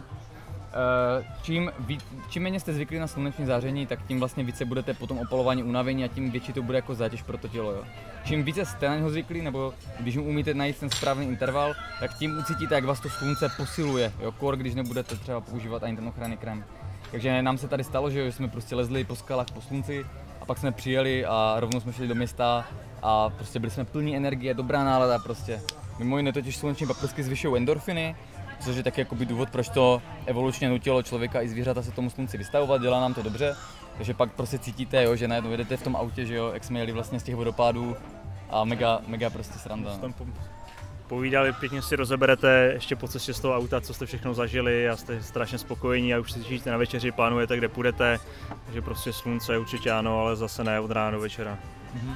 Čím, čím méně jste zvyklí na sluneční záření, tak tím vlastně více budete potom opalování unavení a tím větší to bude jako zátěž pro to tělo. Jo. Čím více jste na něho zvyklí, nebo když mu umíte najít ten správný interval, tak tím ucítíte, jak vás to slunce posiluje, jo, kor, když nebudete třeba používat ani ten ochranný krém. Takže nám se tady stalo, že jsme prostě lezli po skalách po slunci a pak jsme přijeli a rovnou jsme šli do města a prostě byli jsme plní energie, dobrá nálada prostě. Mimo jiné totiž sluneční paprsky zvyšují endorfiny, což je taky jakoby důvod, proč to evolučně nutilo člověka i zvířata se tomu slunci vystavovat, dělá nám to dobře. Takže pak prostě cítíte, jo, že najednou jedete v tom autě, že jo, jak jsme jeli vlastně z těch vodopádů a mega, mega prostě sranda. No. Povídali, pěkně si rozeberete ještě po cestě z toho auta, co jste všechno zažili a jste strašně spokojení a už si těšíte na večeři, plánujete, kde půjdete, takže prostě slunce určitě ano, ale zase ne od rána do večera. Mm-hmm.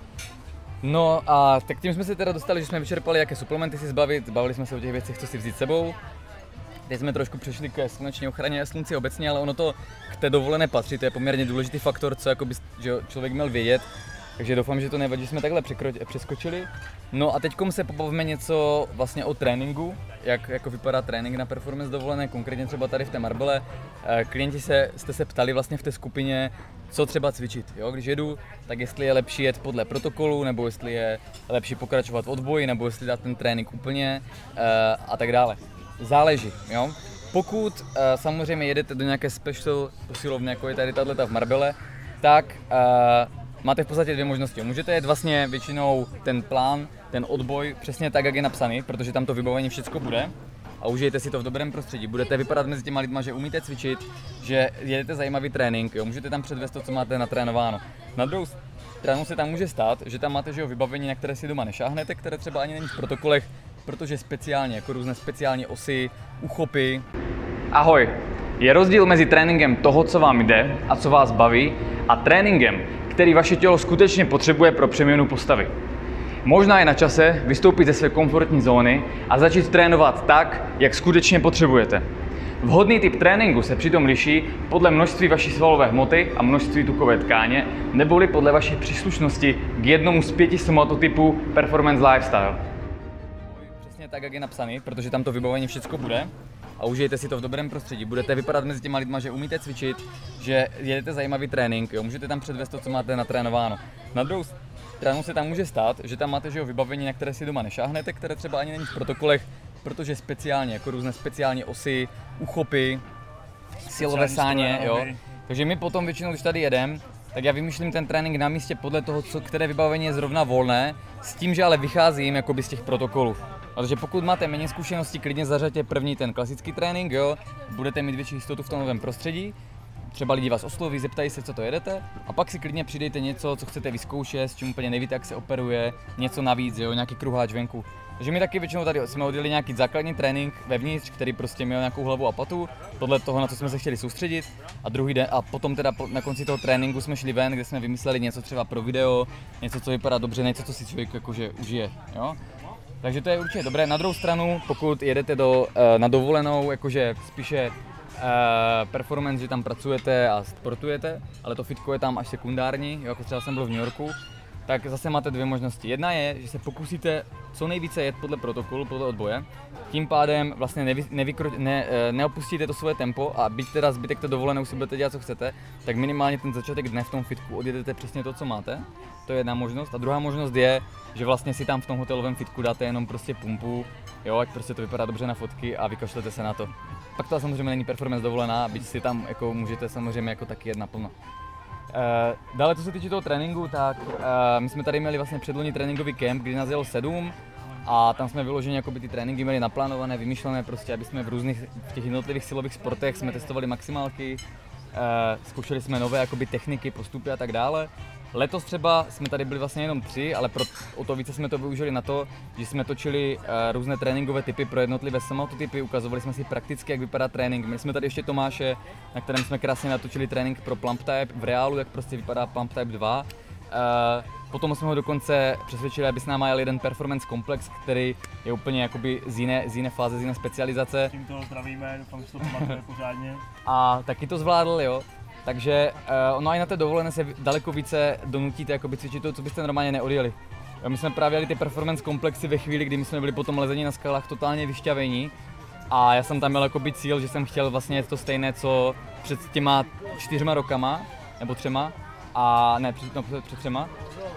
No a tak tím jsme se teda dostali, že jsme vyčerpali, jaké suplementy si zbavit, bavili jsme se o těch věcech, co si vzít sebou. Teď jsme trošku přešli k sluneční ochraně a slunci obecně, ale ono to k té dovolené patří, to je poměrně důležitý faktor, co jako by, že člověk měl vědět. Takže doufám, že to nevadí, že jsme takhle přeskočili. No a teďkom se pobavíme něco vlastně o tréninku, jak jako vypadá trénink na performance dovolené, konkrétně třeba tady v té Marbelle. Klienti se, jste se ptali vlastně v té skupině, co třeba cvičit. Jo? Když jedu, tak jestli je lepší jet podle protokolu, nebo jestli je lepší pokračovat v odboji, nebo jestli dát ten trénink úplně a tak dále. Záleží, jo. Pokud uh, samozřejmě jedete do nějaké special posilovny, jako je tady tato v Marbelle, tak uh, máte v podstatě dvě možnosti. Můžete jet vlastně většinou ten plán, ten odboj přesně tak, jak je napsaný, protože tam to vybavení všechno bude a užijete si to v dobrém prostředí. Budete vypadat mezi těma lidma, že umíte cvičit, že jedete zajímavý trénink, jo. Můžete tam předvést to, co máte natrénováno. Na druhou stranu se tam může stát, že tam máte že jo, vybavení, na které si doma nešáhnete, které třeba ani není v protokolech, protože speciálně, jako různé speciální osy, uchopy. Ahoj! Je rozdíl mezi tréninkem toho, co vám jde a co vás baví, a tréninkem, který vaše tělo skutečně potřebuje pro přeměnu postavy. Možná je na čase vystoupit ze své komfortní zóny a začít trénovat tak, jak skutečně potřebujete. Vhodný typ tréninku se přitom liší podle množství vaší svalové hmoty a množství tukové tkáně, neboli podle vaší příslušnosti k jednomu z pěti somatotypů Performance Lifestyle. Přesně tak, jak je napsaný, protože tam to vybavení všechno bude a užijete si to v dobrém prostředí. Budete vypadat mezi těma lidma, že umíte cvičit, že jedete zajímavý trénink, jo. Můžete tam předvést to, co máte natrénováno. Na druhou stranu se tam může stát, že tam máte že jo, vybavení, na které si doma nešáhnete, které třeba ani není v protokolech, protože speciálně, jako různé speciální osy, uchopy, silové sáně, jo. Takže my potom většinou, když tady jedem, tak já vymýšlím ten trénink na místě podle toho, co, které vybavení je zrovna volné, s tím, že ale vycházím jakoby z těch protokolů. Takže pokud máte méně zkušeností, klidně zařaďte první ten klasický trénink, jo, budete mít větší jistotu v tom novém prostředí. Třeba lidi vás osloví, zeptají se, co to jedete, a pak si klidně přidejte něco, co chcete vyzkoušet, s čím úplně nevíte, jak se operuje, něco navíc, jo, nějaký kruháč venku. Takže my taky většinou tady jsme odjeli nějaký základní trénink vevnitř, který prostě měl nějakou hlavu a patu, podle toho, na co jsme se chtěli soustředit, a druhý den a potom teda na konci toho tréninku jsme šli ven, kde jsme vymysleli něco třeba pro video, něco, co vypadá dobře, něco, co si člověk jakože užije, jo. Takže to je určitě dobré. Na druhou stranu, pokud jedete do, na dovolenou, jakože spíše Uh, performance, že tam pracujete a sportujete, ale to fitko je tam až sekundární, jako třeba jsem byl v New Yorku, tak zase máte dvě možnosti. Jedna je, že se pokusíte co nejvíce jet podle protokolu, podle odboje, tím pádem vlastně nevy, nevykro, ne, neopustíte to svoje tempo a byť teda zbytek té dovolenou si budete dělat, co chcete, tak minimálně ten začátek dne v tom fitku odjedete přesně to, co máte. To je jedna možnost. A druhá možnost je, že vlastně si tam v tom hotelovém fitku dáte jenom prostě pumpu, jo, ať prostě to vypadá dobře na fotky a vykašlete se na to. Pak to samozřejmě není performance dovolená, byť si tam jako můžete samozřejmě jako taky jet naplno. E, dále, co se týče toho tréninku, tak e, my jsme tady měli vlastně předloni tréninkový kemp, kdy nás jelo sedm a tam jsme vyloženě jakoby ty tréninky měli naplánované, vymyšlené prostě, aby jsme v různých v těch jednotlivých silových sportech jsme testovali maximálky, e, zkoušeli jsme nové jakoby techniky, postupy a tak dále. Letos třeba jsme tady byli vlastně jenom tři, ale pro, o to více jsme to využili na to, že jsme točili uh, různé tréninkové typy pro jednotlivé somatotypy, ukazovali jsme si prakticky, jak vypadá trénink. Měli jsme tady ještě Tomáše, na kterém jsme krásně natočili trénink pro Plump Type v reálu, jak prostě vypadá Plump Type dva. Uh, potom jsme ho dokonce přesvědčili, aby s náma jel jeden performance komplex, který je úplně jakoby z jiné, z jiné fáze, z jiné specializace. Tímto zdravíme, doufám, že to pamatuje pořádně. A taky to zvládl, jo. Takže uh, no a i na té dovolené se daleko více donutíte jakoby cvičit to, co byste normálně neodjeli. My jsme právě jeli ty performance komplexy ve chvíli, kdy my jsme byli po tom lezení na skalách totálně vyšťavení. A já jsem tam měl jakoby cíl, že jsem chtěl vlastně to stejné, co před těma čtyřma rokama, nebo třema, a ne, před, no, před třema.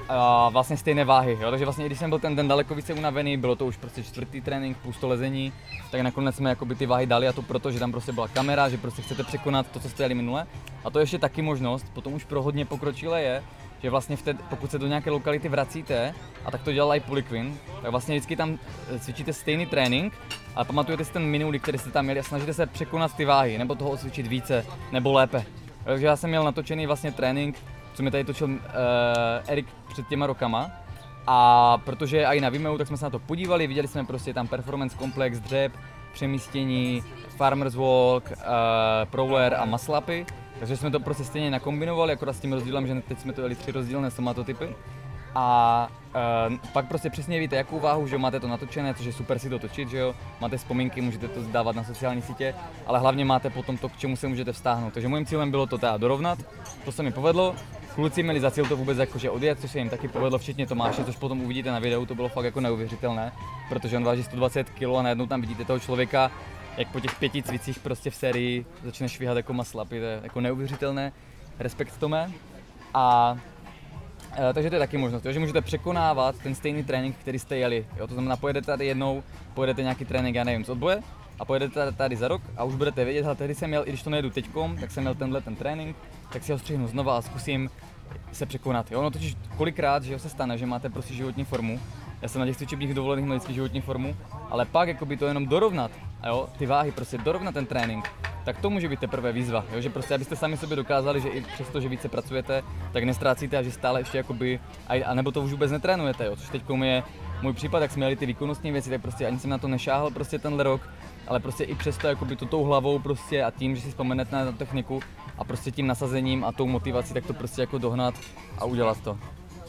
a vlastně stejné váhy, jo? Takže vlastně když jsem byl ten den daleko více unavený, bylo to už prostě čtvrtý trénink plus to lezení, tak nakonec jsme jakoby ty váhy dali a to proto, že tam prostě byla kamera, že prostě chcete překonat to, co jste jeli minule. A to je ještě taky možnost, potom už pro hodně pokročilé je, že vlastně vtedy, pokud se do nějaké lokality vracíte, a tak to dělal i Poliquin, tak vlastně vždycky tam cvičíte stejný trénink, ale pamatujete si ten minulý, který jste tam měli a snažíte se překonat ty váhy, nebo toho cvičit více, nebo lépe. Takže já jsem měl natočený vlastně trénink, co mi tady točil uh, Erik před těma rokama. A protože i na Vimeo, tak jsme se na to podívali, viděli jsme prostě tam performance komplex, dřep, přemístění, farmer's walk, uh, prowler a muscle upy. Takže jsme to prostě stejně nakombinovali, akorát s tím rozdílem, že teď jsme to jeli tři rozdílné somatotypy. A uh, pak prostě přesně víte, jakou váhu, že máte to natočené, což je super si to točit, že jo. Máte vzpomínky, můžete to dávat na sociální sítě, ale hlavně máte potom to, k čemu se můžete vztáhnout. Takže mojím cílem bylo to teda dorovnat, to se mi povedlo. Kluci měli za cíl to vůbec jakože odjet, což se jim taky povedlo, včetně Tomáše, což potom uvidíte na videu, to bylo fakt jako neuvěřitelné, protože on váží sto dvacet kilo a najednou tam vidíte toho člověka, jak po těch pěti cvicích prostě v sérii začne švihat jako muscle upy, to je jako neuvěřitelné, respekt Tome. A e, takže to je taky možnost, jo, že můžete překonávat ten stejný trénink, který jste jeli, jo, to znamená pojedete tady jednou, pojedete nějaký trénink, já nevím, z odboje, a pojedete tady za rok a už budete vědět, hele, tehdy jsem měl, i když to nejedu teďkom, tak jsem měl tenhle ten trénink, tak si ho střihnu znova a zkusím se překonat. Jo? No totiž kolikrát, že se stane, že máte prostě životní formu, já jsem na těch cvičebních dovolených měl vždycky životní formu, ale pak jakoby to jenom dorovnat, jo? Ty váhy, prostě dorovnat ten trénink, tak to může být teprve výzva, jo? Že prostě abyste sami sobě dokázali, že i přesto, že více pracujete, tak nestrácíte a že stále ještě jakoby, a nebo to už vůbec netrénujete, jo? Což teďkom je můj případ, jak jsme měli ty výkonnostní věci, tak prostě ani jsem na to nešáhl prostě tenhle rok, ale prostě i přesto jakoby to tou hlavou prostě a tím, že si vzpomenete na techniku a prostě tím nasazením a tou motivací, tak to prostě jako dohnat a udělat to.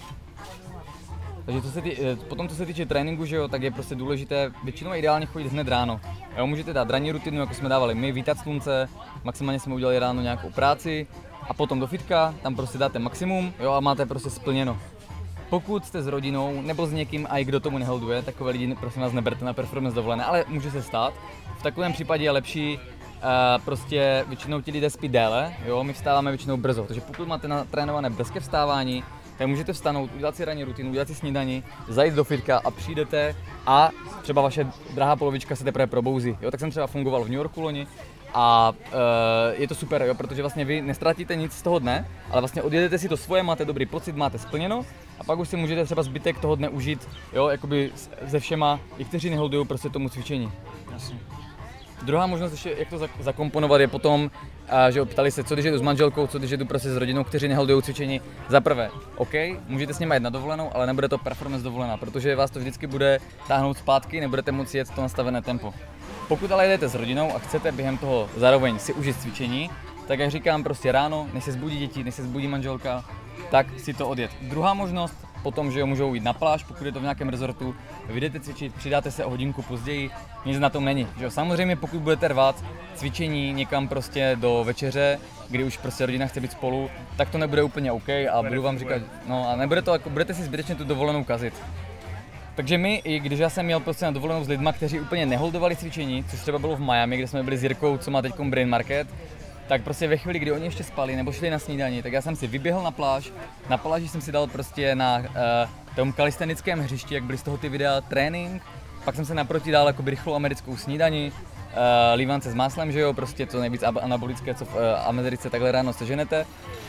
Takže co se tý, potom co se týče tréninku, že jo, tak je prostě důležité většinou ideálně chodit hned ráno. Jo, můžete dát ranní rutinu, jako jsme dávali my, vítat slunce, maximálně jsme udělali ráno nějakou práci a potom do fitka, tam prostě dáte maximum, jo, a máte prostě splněno. Pokud jste s rodinou nebo s někým a i kdo tomu neholduje, takové lidi prosím vás neberte na performance dovolené, ale může se stát. V takovém případě je lepší uh, prostě většinou ti lidé spí déle, jo, my vstáváme většinou brzo, takže pokud máte natrénované brzké vstávání, tak můžete vstanout, udělat si ranní rutinu, udělat si snídani, zajít do fitka a přijdete a třeba vaše drahá polovička se teprve probouzí. Jo, tak jsem třeba fungoval v New Yorku loni a uh, je to super, jo, protože vlastně vy nestratíte nic z toho dne, ale vlastně odjedete si to svoje, máte dobrý pocit, máte splněno a pak už si můžete třeba zbytek toho dne užít, jo, jakoby se všema, i kteří neholdují prostě tomu cvičení. Jasně. Druhá možnost ještě, jak to zakomponovat, je potom, a, že ptali se, co když jedu s manželkou, co když jedu prostě s rodinou, kteří neholdují cvičení. Za prvé, OK, můžete s nimi jít na dovolenou, ale nebude to performance dovolená, protože vás to vždycky bude táhnout zpátky, nebudete moci jet to nastavené tempo. Pokud ale jedete s rodinou a chcete během toho zároveň si užít cvičení, tak jak říkám, prostě ráno, než se zbudí děti, než se zbudí manželka, tak si to odjet. Druhá možnost, potom, že jo, můžou jít na pláž, pokud je to v nějakém rezortu, vy jdete cvičit, přidáte se o hodinku později, nic na tom není. Že jo? Samozřejmě pokud budete rvat cvičení někam prostě do večeře, kdy už prostě rodina chce být spolu, tak to nebude úplně OK a budu vám říkat, no a nebude to jako, budete si zbytečně tu dovolenou kazit. Takže my, i když já jsem měl prostě na dovolenou s lidma, kteří úplně neholdovali cvičení, což třeba bylo v Miami, kde jsme byli s Jirkou, co má teďkom Brain Market, tak prostě ve chvíli, kdy oni ještě spali nebo šli na snídani, tak já jsem si vyběhl na pláž. Na pláži jsem si dal prostě na uh, tom kalistenickém hřišti, jak byly z toho ty videa, trénink. Pak jsem se naproti dal jako rychlou americkou snídani, uh, lívance s máslem, že jo, prostě to nejvíc anabolické, co v uh, Americe takhle ráno seženete.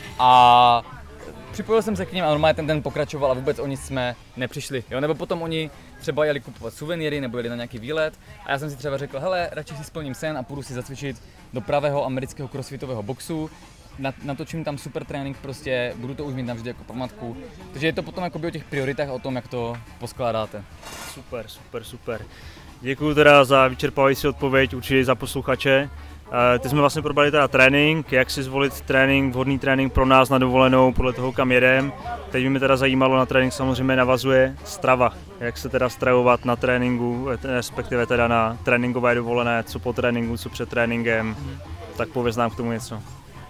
A připojil jsem se k nim a normálně ten den pokračoval a vůbec o nic jsme nepřišli, jo, nebo potom oni třeba jeli kupovat suvenýry nebo jeli na nějaký výlet a já jsem si třeba řekl, hele, radši si splním sen a půjdu si zacvičit do pravého amerického crossfitového boxu, natočím tam super trénink, prostě budu to už mít navždy jako památku, takže je to potom jakoby o těch prioritách a o tom, jak to poskládáte. Super, super, super. Děkuji teda za vyčerpávající odpověď, určitě za posluchače. Ty jsme vlastně probrali teda trénink, jak si zvolit trénink, vhodný trénink pro nás na dovolenou, podle toho, kam jedem. Teď by mě teda zajímalo, na trénink samozřejmě navazuje strava. Jak se teda stravovat na tréninku, respektive teda na tréninkové dovolené, co po tréninku, co před tréninkem. Tak pověz nám k tomu něco.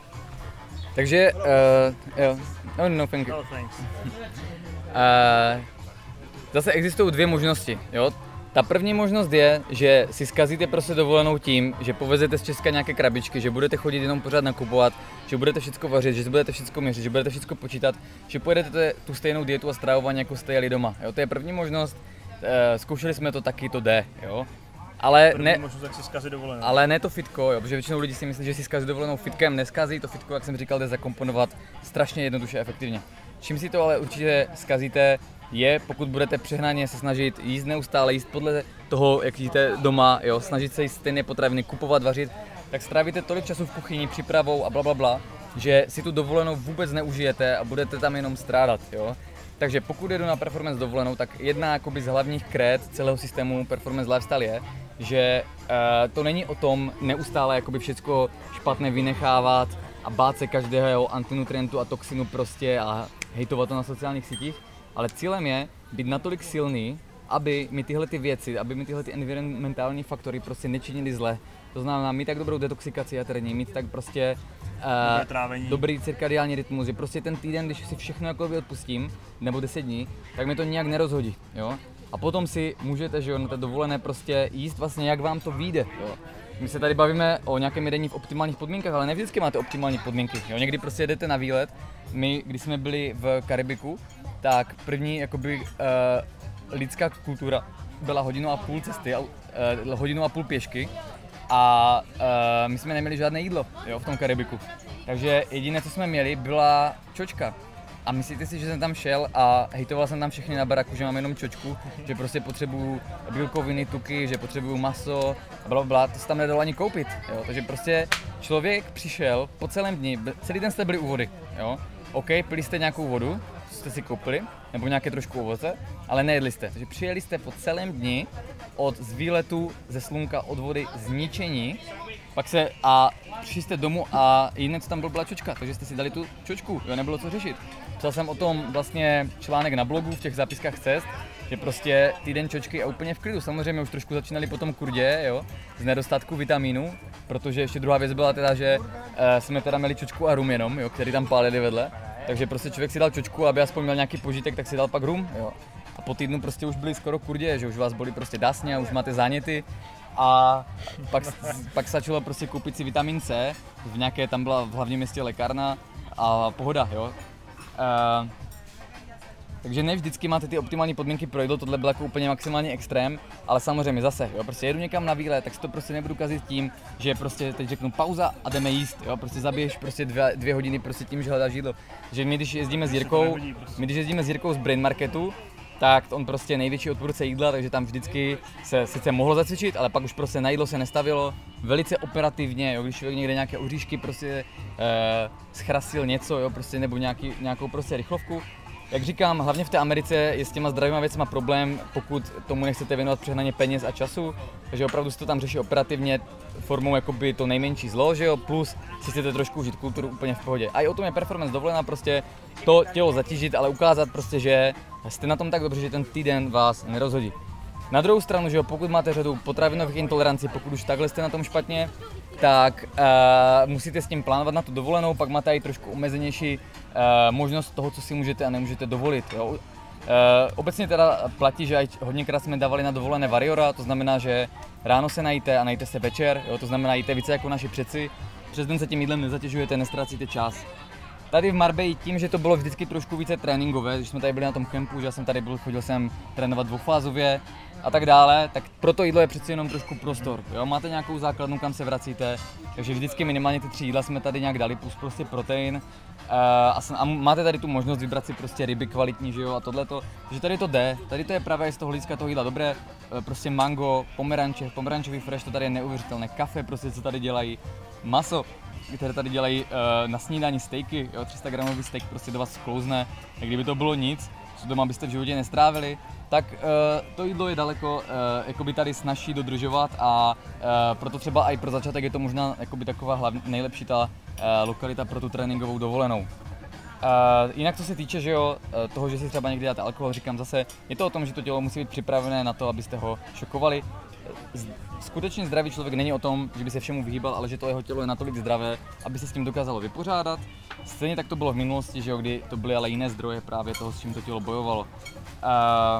Takže, uh, jo, no, no thank you. No, thanks. Uh, zase existují dvě možnosti, jo. Ta první možnost je, že si zkazíte prostě dovolenou tím, že povezete z Česka nějaké krabičky, že budete chodit jenom pořád nakupovat, že budete všechno vařit, že budete všechno měřit, že budete všechno počítat, že pojedete tu stejnou dietu a stravování, jako jste jeli doma. Jo, to je první možnost, e, zkoušeli jsme to, taky to jde, jo. Ale ne, ale ne to fitko, jo, protože většinou lidi si myslí, že si zkazí dovolenou fitkem, neskazí to fitko, jak jsem říkal, jde zakomponovat strašně jednoduše a efektivně. Čím si to ale určitě zkazíte, je, pokud budete přehnaně se snažit jíst neustále, jíst podle toho, jak jíte doma, jo, snažit se jíst stejné potraviny, kupovat, vařit, tak strávíte tolik času v kuchyni, přípravou a blablabla, bla, bla, že si tu dovolenou vůbec neužijete a budete tam jenom strádat, jo. Takže pokud jedu na performance dovolenou, tak jedna jakoby z hlavních krét celého systému performance lifestyle je, že uh, to není o tom neustále jakoby všecko špatné vynechávat a bát se každého antinutrientu a toxinu prostě a hejtovat to na sociálních sítích, ale cílem je být natolik silný, aby mi tyhle ty věci, aby mi tyhle ty environmentální faktory prostě nečinily zle. To znamená mít tak dobrou detoxikaci jaterní, mít tak prostě uh, dobrý cirkadiální rytmus, že prostě ten týden, když si všechno jako odpustím, nebo deset dní, tak mi to nijak nerozhodí, jo. A potom si můžete, že jo, na té dovolené prostě jíst vlastně, jak vám to vyjde, jo. My se tady bavíme o nějakém jedení v optimálních podmínkách, ale ne vždycky máte optimální podmínky, jo. Někdy prostě jedete na výlet. My, když jsme byli v Karibiku, tak první jakoby uh, lidská kultura byla hodinu a půl cesty, uh, hodinu a půl pěšky a uh, my jsme neměli žádné jídlo, jo, v tom Karibiku. Takže jediné, co jsme měli, byla čočka. A myslíte si, že jsem tam šel a hejtoval jsem tam všechny na baraku, že mám jenom čočku, že prostě potřebuju bílkoviny, tuky, že potřebuju maso a blablabla, to se tam nedalo ani koupit, jo. Takže prostě člověk přišel po celém dni, celý den jste byli u vody, jo. OK, pili jste nějakou vodu, co jste si koupili, nebo nějaké trošku ovoce, ale nejedli jste. Takže přijeli jste po celém dni od z výletu ze slunka, od vody, zničení, pak se a přišli jste domů a jediné, co tam bylo, byla čočka, takže jste si dali tu čočku, jo, nebylo co řešit. Psal jsem o tom vlastně článek na blogu v těch zápiskách cest, že prostě týden čočky a úplně v klidu. Samozřejmě už trošku začínali potom kurdě, jo, z nedostatku vitamínů, protože ještě druhá věc byla teda, že e, jsme teda měli čočku a rum jenom, jo, který tam pálili vedle. Takže prostě člověk si dal čočku, aby aspoň měl nějaký požitek, tak si dal pak rum, jo. A po týdnu prostě už byli skoro kurdě, že už vás bolí prostě dásně a už máte záněty. A pak, pak stačilo prostě koupit si vitamin C, v nějaké, tam byla v hlavním městě lékárna a pohoda, jo. Uh, takže ne vždycky máte ty optimální podmínky pro jídlo, tohle byl jako úplně maximální extrém, ale samozřejmě zase, jo, prostě jedu někam na výlet, tak si to prostě nebudu kazit tím, že prostě teď řeknu pauza a jdeme jíst, jo, prostě zabiješ prostě dvě, dvě hodiny prostě tím, že hledáš jídlo. Že my když jezdíme s Jirkou, my když jezdíme s Jirkou z Brain Marketu, tak on prostě je největší odpůrce jídla, takže tam vždycky se sice mohlo zacvičit, ale pak už prostě na jídlo se nestavilo, velice operativně, jo, když člověk někde nějaké oříšky prostě eh, schrasil něco, jo, prostě nebo nějaký, nějakou prostě rychlovku. Jak říkám, hlavně v té Americe je s těma zdravýma věcma problém, pokud tomu nechcete věnovat přehnaně peněz a času, takže opravdu se to tam řeší operativně formou jakoby to nejmenší zlo, že jo, plus si chcete trošku užít kulturu úplně v pohodě. A i o tom je performance dovolená, prostě to tělo zatížit, ale ukázat prostě, že jste na tom tak dobře, že ten týden vás nerozhodí. Na druhou stranu, že jo, pokud máte řadu potravinových intolerancí, pokud už takhle jste na tom špatně, tak uh, musíte s tím plánovat na tu dovolenou, pak máte i trošku omezenější uh, možnost toho, co si můžete a nemůžete dovolit. Jo. Uh, obecně teda platí, že hodněkrát jsme dávali na dovolené variora, to znamená, že ráno se najíte a najíte se večer, jo, to znamená jíte více jako naši předci, přes den se tím jídlem nezatěžujete, nestracíte čas. Tady v Marbella tím, že to bylo vždycky trošku více tréninkové, když jsme tady byli na tom kempu, že já jsem tady byl, chodil jsem trénovat dvoufázově a tak dále, tak pro to jídlo je přeci jenom trošku prostor, jo? Máte nějakou základnu, kam se vracíte, takže vždycky minimálně ty tři jídla jsme tady nějak dali, plus prostě protein uh, a, jsem, a máte tady tu možnost vybrat si prostě ryby kvalitní, že jo, a tohleto, že tady to jde, tady to je právě z toho hlediska toho jídla dobré, uh, prostě mango, pomeranče, pomerančový fresh, to tady je neuvěřitelné, kafe prostě, co tady dělají, maso, které tady dělají uh, na snídani stejky, jo, tři sta gramový steak prostě do vás sklouzne, tak kdyby to bylo nic, co doma byste v životě nestrávili, tak uh, to jídlo je daleko uh, jakoby tady snazší dodržovat a uh, proto třeba i pro začátek je to možná jakoby taková hlavní, nejlepší ta uh, lokalita pro tu tréninkovou dovolenou. Uh, jinak co se týče, že jo, toho, že si třeba někdy dáte alkohol, říkám zase, je to o tom, že to tělo musí být připravené na to, abyste ho šokovali. Skutečně zdravý člověk není o tom, že by se všemu vyhýbal, ale že to jeho tělo je natolik zdravé, aby se s tím dokázalo vypořádat. Stejně tak to bylo v minulosti, že jo, kdy to byly ale jiné zdroje právě toho, s čím to tělo bojovalo. Uh,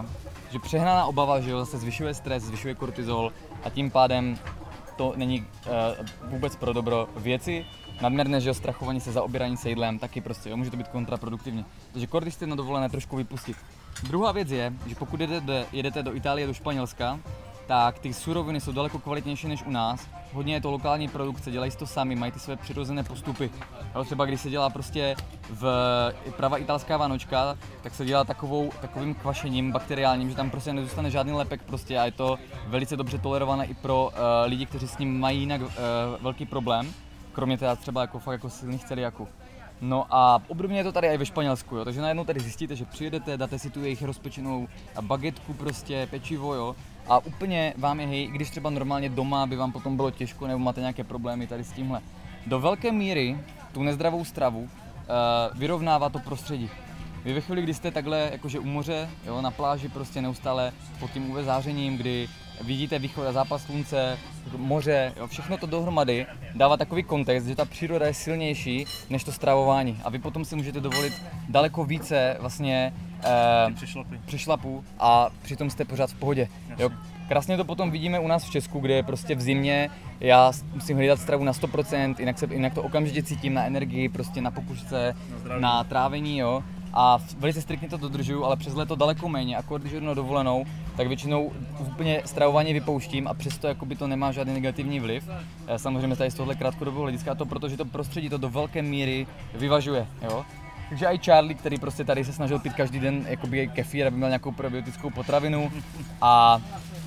že přehnaná obava, že jo, zase zvyšuje stres, zvyšuje kortizol a tím pádem to není uh, vůbec pro dobro věci. Nadměrné, že jo, strachování se, zaobírání se jídlem, taky prostě, jo, může to být kontraproduktivní. Takže kor, když jste na dovolené, trošku vypustit. Druhá věc je, že pokud jedete, jedete do Itálie, do Španělska, tak ty suroviny jsou daleko kvalitnější než u nás. Hodně je to lokální produkce, dělají to sami, mají ty své přirozené postupy. Jo, třeba když se dělá prostě v pravá italská vánočka, tak se dělá takovou, takovým kvašením bakteriálním, že tam prostě nezůstane žádný lepek prostě a je to velice dobře tolerované i pro uh, lidi, kteří s tím mají jinak uh, velký problém, kromě teda třeba jako fakt jako silných celiaků. No a obdobně je to tady i ve Španělsku, jo. Takže najednou tady zjistíte, že přijedete, dáte si tu jejich rozpečenou bagetku, prostě pečivo, jo. A úplně vám je hej, když třeba normálně doma by vám potom bylo těžko nebo máte nějaké problémy tady s tímhle. Do velké míry tu nezdravou stravu uh, vyrovnává to prostředí. Vy ve chvíli, kdy jste takhle jakože u moře, jo, na pláži prostě neustále pod tím U V zářením, kdy vidíte východ a západ slunce, moře, jo, všechno to dohromady dává takový kontext, že ta příroda je silnější než to stravování a vy potom si můžete dovolit daleko více vlastně eh, přešlapů a přitom jste pořád v pohodě. Jo. Krásně to potom vidíme u nás v Česku, kde je prostě v zimě já musím hlídat stravu na sto procent, jinak, se, jinak to okamžitě cítím na energii, prostě na pokušce, na, na trávení, jo. A velice striktně to dodržuju, ale přes léto daleko méně, a když jdu na dovolenou, tak většinou úplně stravování vypouštím a přesto jakoby to nemá žádný negativní vliv. Samozřejmě tady z tohohle krátkodobého hlediska to, protože to prostředí to do velké míry vyvažuje, jo. Takže i Charlie, který prostě tady se snažil pít každý den jakoby kefír, aby měl nějakou probiotickou potravinu a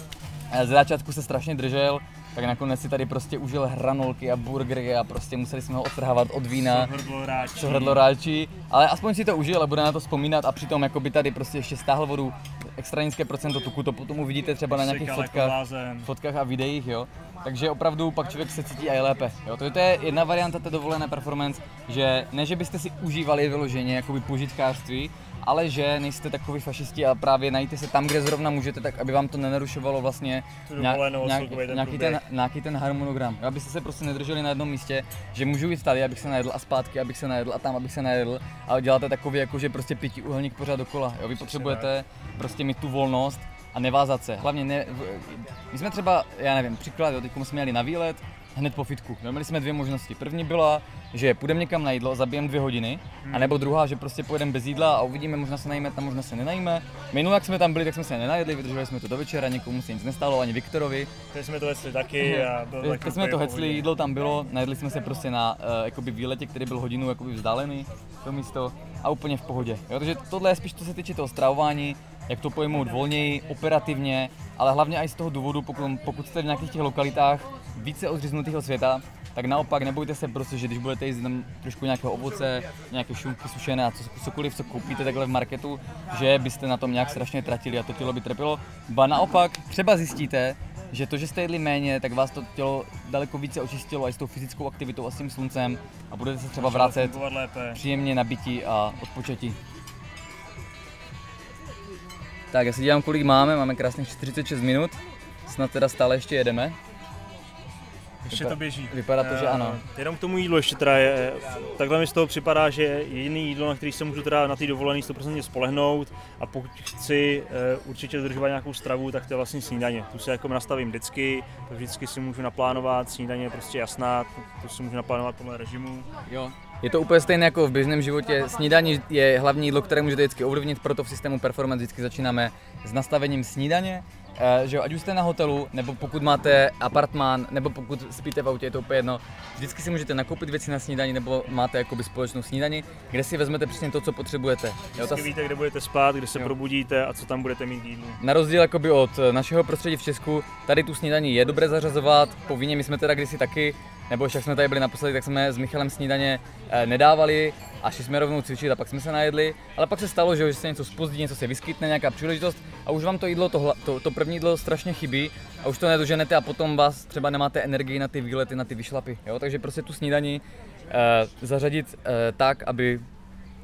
z začátku se strašně držel, tak nakonec si tady prostě užil hranolky a burgery a prostě museli jsme ho odtrhávat od vína, co hrdlo ráčí, ale aspoň si to užil a bude na to vzpomínat a přitom jakoby tady prostě ještě stáhl vodu, extra nízké procento tuku, to potom uvidíte třeba na nějakých fotkách, fotkách a videích, jo. Takže opravdu pak člověk se cítí i lépe, jo. To je jedna varianta té dovolené performance, že ne, že byste si užívali vyloženě jakoby požitkářství, ale že nejste takový fašisti a právě najděte se tam, kde zrovna můžete, tak aby vám to nenarušovalo vlastně nějak, nějak, nějaký, ten, nějaký ten harmonogram. Jo, abyste se prostě nedrželi na jednom místě, že můžu jít tady, abych se najedl a zpátky, abych se najedl a tam, abych se najedl, a děláte takový jako, že prostě pětiúhelník pořád dokola. Jo, vy potřebujete prostě mít tu volnost a nevázat se. Hlavně ne, my jsme třeba, já nevím, příklad, jo, teď jsme jeli na výlet, hned po fitku. Měli jsme dvě možnosti. První byla, že půjdeme někam na jídlo, zabijeme dvě hodiny, hmm. anebo druhá, že prostě pojedeme bez jídla a uvidíme, možná se najíme tam, možná se nenajíme. Minule, jak jsme tam byli, tak jsme se nenajedli, vydrželi jsme to do večera, nikomu se nic nestalo, ani Viktorovi. Teď jsme to hecli taky a bylo taky. Teď jsme to hecli, jídlo tam bylo, najedli jsme se prostě na uh, jakoby výletě, který byl hodinu jakoby vzdálený, to místo, a úplně v pohodě. Jo, takže tohle je spíš, co se týče toho stravování, jak to pojmout volněji, operativně, ale hlavně i z toho důvodu, pokud, pokud jste v nějakých těch lokalitách více odříznutých od světa, tak naopak nebojte se prostě, že když budete jíst tam trošku nějakého ovoce, nějaké šunky sušené a co, cokoliv, co koupíte takhle v marketu, že byste na tom nějak strašně tratili a to tělo by trpělo. Ba naopak, třeba zjistíte, že to, že jste jedli méně, tak vás to tělo daleko více očistilo i s tou fyzickou aktivitou a s tím sluncem a budete se třeba vracet příjemně nabití a odpočatí. Tak, já si dívám, kolik máme, máme krásných čtyřicet šest minut, snad teda stále ještě jedeme. Ještě to běží. Vypadá to, že ano. Jenom k tomu jídlu ještě teda je, takhle mi z toho připadá, že je jiný jídlo, na který se můžu teda na té dovolené sto procent spolehnout, a pokud chci uh, určitě dodržovat nějakou stravu, tak to je vlastně snídaně. Tu si jako nastavím vždycky, to vždycky si můžu naplánovat, snídaně je prostě jasná, to si můžu naplánovat podle režimu. Jo. Je to úplně stejné jako v běžném životě. Snídaní je hlavní jídlo, které můžete vždycky ovlivnit, proto v systému Performance vždycky začínáme s nastavením snídaně. Uh, že jo, ať už jste na hotelu, nebo pokud máte apartmán, nebo pokud spíte v autě, je to úplně jedno. Vždycky si můžete nakoupit věci na snídani, nebo máte jakoby společnou snídani, kde si vezmete přesně to, co potřebujete. Jo, ta... víte, kde budete spát, kde se jo. probudíte a co tam budete mít jídlo. Na rozdíl jakoby od našeho prostředí v Česku, tady tu snídani je dobré zařazovat, povinně, my jsme teda kdysi taky, nebo však jsme tady byli naposledy, tak jsme s Michalem snídaně eh, nedávali a šli jsme rovnou cvičit a pak jsme se najedli, ale pak se stalo, že, že se něco zpozdí, něco se vyskytne, nějaká příležitost a už vám to jídlo, to, to, to první jídlo strašně chybí a už to nedoženete a potom vás třeba nemáte energii na ty výlety, na ty vyšlapy, jo? Takže prostě tu snídani eh, zařadit eh, tak, aby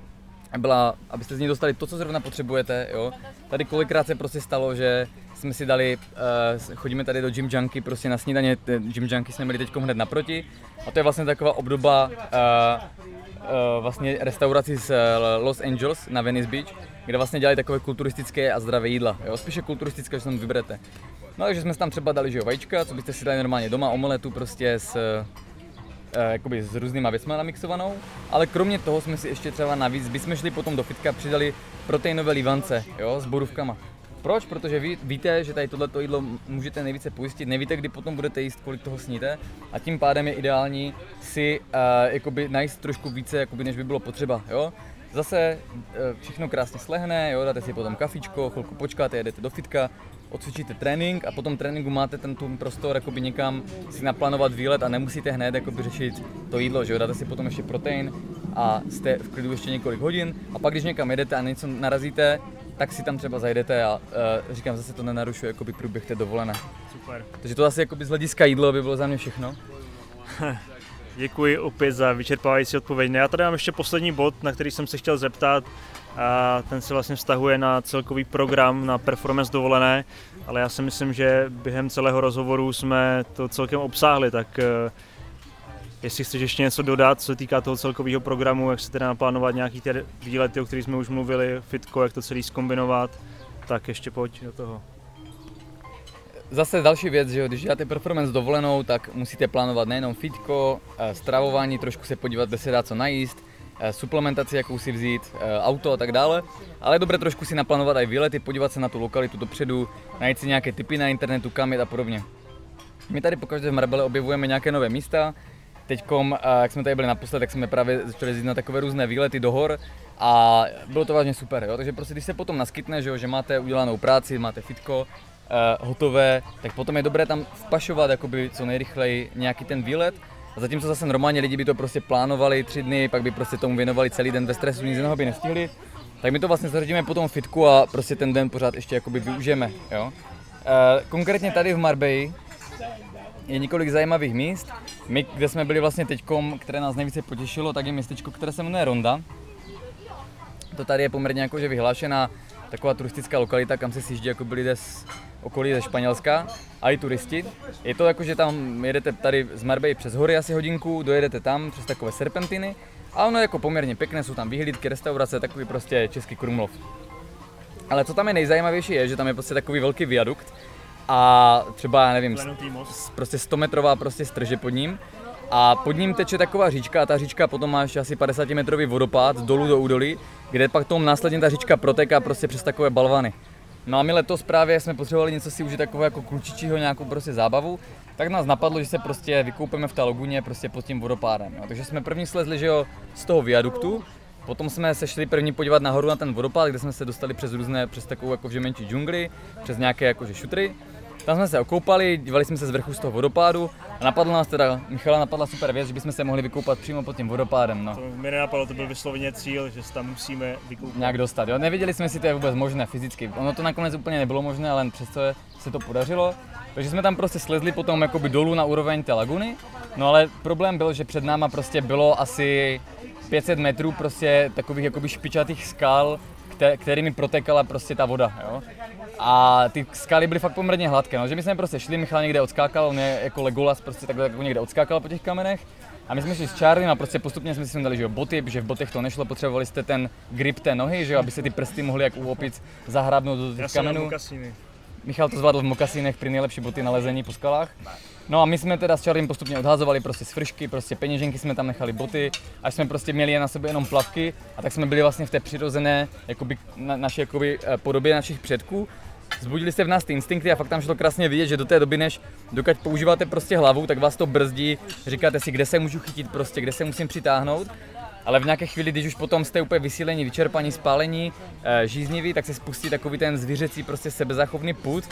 byla, abyste z ní dostali to, co zrovna potřebujete, jo. Tady kolikrát se prostě stalo, že jsme si dali, uh, chodíme tady do Gym Junkie prostě na snídaně, Gym Junkie jsme měli teď hned naproti a to je vlastně taková obdoba uh, uh, vlastně restaurací z Los Angeles na Venice Beach, kde vlastně dělají takové kulturistické a zdravé jídla, jo, spíše kulturistické, že tam vyberete. No takže jsme tam třeba dali, že jo, vajíčka, co byste si dali normálně doma, omeletu prostě s Uh, jakoby s různýma věcmi namixovanou, ale kromě toho jsme si ještě třeba navíc, bychom šli potom do fitka, přidali proteinové lívance, jo, s borůvkama. Proč? Protože vy víte, že tady tohleto jídlo můžete nejvíce pojistit, nevíte, kdy potom budete jíst, kolik toho sníte a tím pádem je ideální si uh, jakoby najíst trošku více, jakoby, než by bylo potřeba, jo. Zase uh, všechno krásně slehne, jo, dáte si potom kafičko, chvilku počkáte, jedete do fitka, odcvičíte trénink a po tom tréninku máte ten tu prostor jakoby někam si naplánovat výlet a nemusíte hned jakoby řešit to jídlo, že jo, dáte si potom ještě protein a jste v klidu ještě několik hodin a pak když někam jedete a něco narazíte, tak si tam třeba zajdete a uh, říkám, zase to nenarušuje jakoby průběh té dovolené. Super. Takže to asi jakoby z hlediska jídlo by bylo za mě všechno. Děkuji opět za vyčerpávající odpověď. Já tady mám ještě poslední bod, na který jsem se chtěl zeptat. A ten se vlastně vztahuje na celkový program, na performance dovolené, ale já si myslím, že během celého rozhovoru jsme to celkem obsáhli, tak jestli chceš ještě něco dodat, co se týká toho celkového programu, jak se teda naplánovat nějaký ty výlety, o kterých jsme už mluvili, fitko, jak to celý zkombinovat, tak ještě pojď do toho. Zase další věc, že když děláte performance dovolenou, tak musíte plánovat nejenom fitko, stravování, trošku se podívat, kde se dá co najíst, suplementaci, jakou si vzít, auto a tak dále, ale je dobré trošku si naplánovat i výlety, podívat se na tu lokalitu dopředu, najít si nějaké tipy na internetu, kam jít a podobně. My tady pokaždé v Marbelle objevujeme nějaké nové místa, teďkom, jak jsme tady byli naposled, tak jsme právě začali jít na takové různé výlety do hor a bylo to vážně super, jo? Takže prostě když se potom naskytne, že, jo, že máte udělanou práci, máte fitko, Uh, hotové, tak potom je dobré tam vpašovat jakoby co nejrychleji nějaký ten výlet. A zatímco zase normálně lidi by to prostě plánovali tři dny, pak by prostě tomu věnovali celý den ve stresu, nic jiného by nestihli, tak my to vlastně zařadíme po tom fitku a prostě ten den pořád ještě jakoby využijeme, jo. Uh, konkrétně tady v Marbella je několik zajímavých míst. My, kde jsme byli vlastně teďkom, které nás nejvíce potěšilo, tak je městečko, které se jmenuje Ronda. To tady je poměrně jakože vyhlášená taková turistická lokalita, kam se sjíždí jako lidé z okolí ze Španělska a i turisti. Je to jako, že tam jedete tady z Marbella přes hory asi hodinku, dojedete tam přes takové serpentiny a ono je jako poměrně pěkné, jsou tam vyhlídky, restaurace, takový prostě český Krumlov. Ale co tam je nejzajímavější je, že tam je prostě takový velký viadukt a třeba, já nevím, prostě sto metrová prostě strže pod ním a pod ním teče taková říčka a ta říčka potom má ještě asi padesátimetrový vodopád dolů do údolí, kde pak tomu následně ta říčka protéká prostě přes takové balvany. No a my letos právě jsme potřebovali něco si užít takového jako klučičího nějakou prostě zábavu, tak nás napadlo, že se prostě vykoupeme v té laguně prostě pod tím vodopádem. Jo. Takže jsme první slezli, že jo, z toho viaduktu, potom jsme se šli první podívat nahoru na ten vodopád, kde jsme se dostali přes různé, přes takovou jakože menší džungli, přes nějaké jakože šutry. Tam jsme se okoupali, dívali jsme se z vrchu z toho vodopádu a napadlo nás teda, Michala napadla super věc, že bychom se mohli vykoupat přímo pod tím vodopádem. No. To mi nenapadlo, to byl vysloveně cíl, že se tam musíme vykoupat. Nějak dostat, jo. Nevěděli jsme si, to je vůbec možné fyzicky. Ono to nakonec úplně nebylo možné, ale přesto se to podařilo. Takže jsme tam prostě slezli potom jakoby dolů na úroveň té laguny. No ale problém byl, že před náma prostě bylo asi pět set metrů prostě takových jakoby špičatých skal, kterými protékala prostě ta voda, jo. A ty skaly byly fakt poměrně hladké, no, že my jsme prostě šli, Michal někde odskákal, on je jako Legolas, prostě takhle jako někde odskákal po těch kamenech. A my jsme šli s Charliem a prostě postupně jsme si dali, že jo, boty, protože v botech to nešlo, potřebovali jste ten grip té nohy, že jo, aby se ty prsty mohly jak u opic zahrábnout do těch kamenů. Michal to zvládl v mokasínech, při nejlepší boty na lezení po skalách. No a my jsme teda s Charliem postupně odhazovali prostě z fršky, prostě peněženky jsme tam nechali boty, až jsme prostě měli je na sebe jenom plavky a tak jsme byli vlastně v té přirozené jakoby, na, naší jakoby, podobě našich předků. Zbudili se v nás ty instinkty a fakt tam šlo krásně vidět, že do té doby, než dokud používáte prostě hlavu, tak vás to brzdí, říkáte si, kde se můžu chytit prostě, kde se musím přitáhnout. Ale v nějaké chvíli, když už potom jste úplně vysílení, vyčerpaní, spálení, e, žízniví, tak se spustí takový ten zvířecí prostě sebezachovný pud,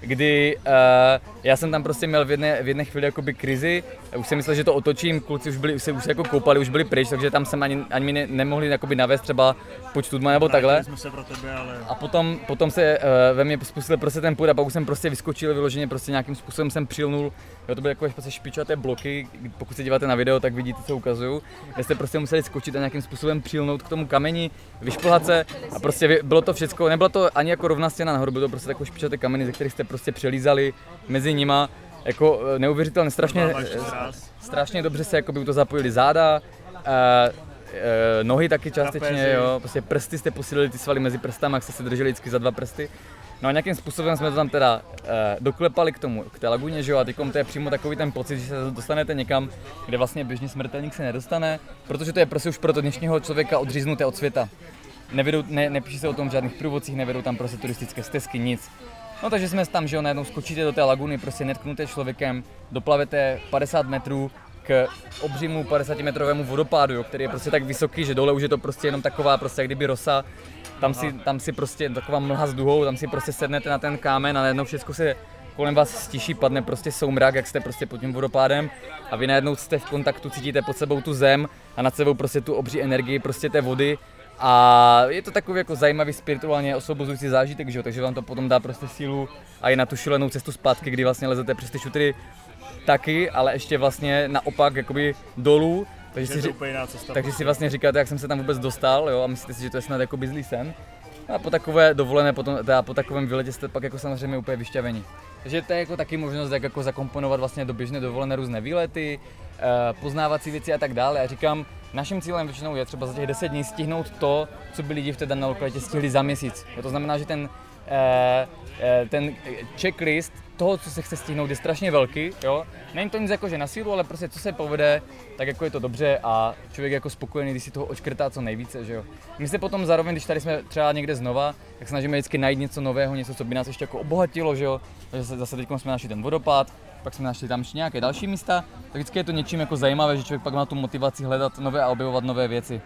kdy e, já jsem tam prostě měl v jedné, v jedné chvíli jakoby krizi, už jsem myslel, že to otočím, kluci už byli, už se už jako koupali, už byli pryč, takže tam jsem ani, ani mi ne, nemohli jakoby navést třeba po Studma nebo takhle. Se pro tebe, ale... A potom, potom se e, ve mně spustil prostě ten pud a pak už jsem prostě vyskočil vyloženě, prostě nějakým způsobem jsem přilnul. Jo, to byly jako prostě špičaté bloky, pokud se díváte na video, tak vidíte, co ukazuju, kde jste prostě museli skočit skočit a nějakým způsobem přilnout k tomu kameni, vyšplhat se a prostě bylo to všecko, nebylo to ani jako rovná stěna nahoru, bylo to prostě takové špičaté kameny, ze kterých jste prostě přelízali mezi nima, jako neuvěřitelně, strašně, strašně dobře se jako by to zapojili záda, e, e, nohy taky částečně, jo, prostě prsty jste posílili ty svaly mezi prstama, jak jste se drželi vždycky za dva prsty. No a nějakým způsobem jsme to tam teda e, doklepali k tomu, k té laguně, že jo, a teďkom to je přímo takový ten pocit, že se dostanete někam, kde vlastně běžný smrtelník se nedostane, protože to je prostě už pro to dnešního člověka odříznuté od světa. Nevedou, ne, nepíše se o tom v žádných průvodcích, nevedou tam prostě turistické stezky, nic. No takže jsme tam, že jo, najednou skočíte do té laguny, prostě netknuté člověkem, doplavete padesát metrů k obřímu padesátimetrovému vodopádu, jo, který je prostě tak vysoký, že dole už je to prostě jenom taková prostě jak kdyby rosa. Tam si, tam si prostě taková mlha s duhou, tam si prostě sednete na ten kámen a najednou všechno se kolem vás stiší, padne prostě soumrak, jak jste prostě pod tím vodopádem a vy najednou jste v kontaktu, cítíte pod sebou tu zem a nad sebou prostě tu obří energii prostě té vody a je to takový jako zajímavý spirituálně osvobozující zážitek, že jo, takže vám to potom dá prostě sílu a i na tu šílenou cestu zpátky, kdy vlastně lezete přes ty šutry taky, ale ještě vlastně naopak jakoby dolů. Takže si, takže si vlastně říkáte, jak jsem se tam vůbec dostal, jo, a myslíte si, že to je snad jako zlý sen. A po takové dovolené, potom, teda po takovém výletě jste pak jako samozřejmě úplně vyšťavení. Takže to je jako taky možnost, jak jako zakomponovat vlastně do běžné dovolené různé výlety, poznávací věci a tak dále. A říkám, naším cílem většinou je třeba za těch deset dní stihnout to, co by lidi v té dané lokalitě stihli za měsíc. Jo, to znamená, že ten, ten checklist toho, co se chce stihnout, je strašně velký, jo. Není to nic jako, že na sílu, ale prostě co se povede, tak jako je to dobře a člověk je jako spokojený, když si toho odškrtá co nejvíce, že jo. My se potom zároveň, když tady jsme třeba někde znova, tak snažíme vždycky najít něco nového, něco, co by nás ještě jako obohatilo, že jo. Takže zase teď jsme našli ten vodopád, pak jsme našli tam ještě nějaké další místa, tak vždycky je to něčím jako zajímavé, že člověk pak má tu motivaci hledat nové a objevovat nové věci.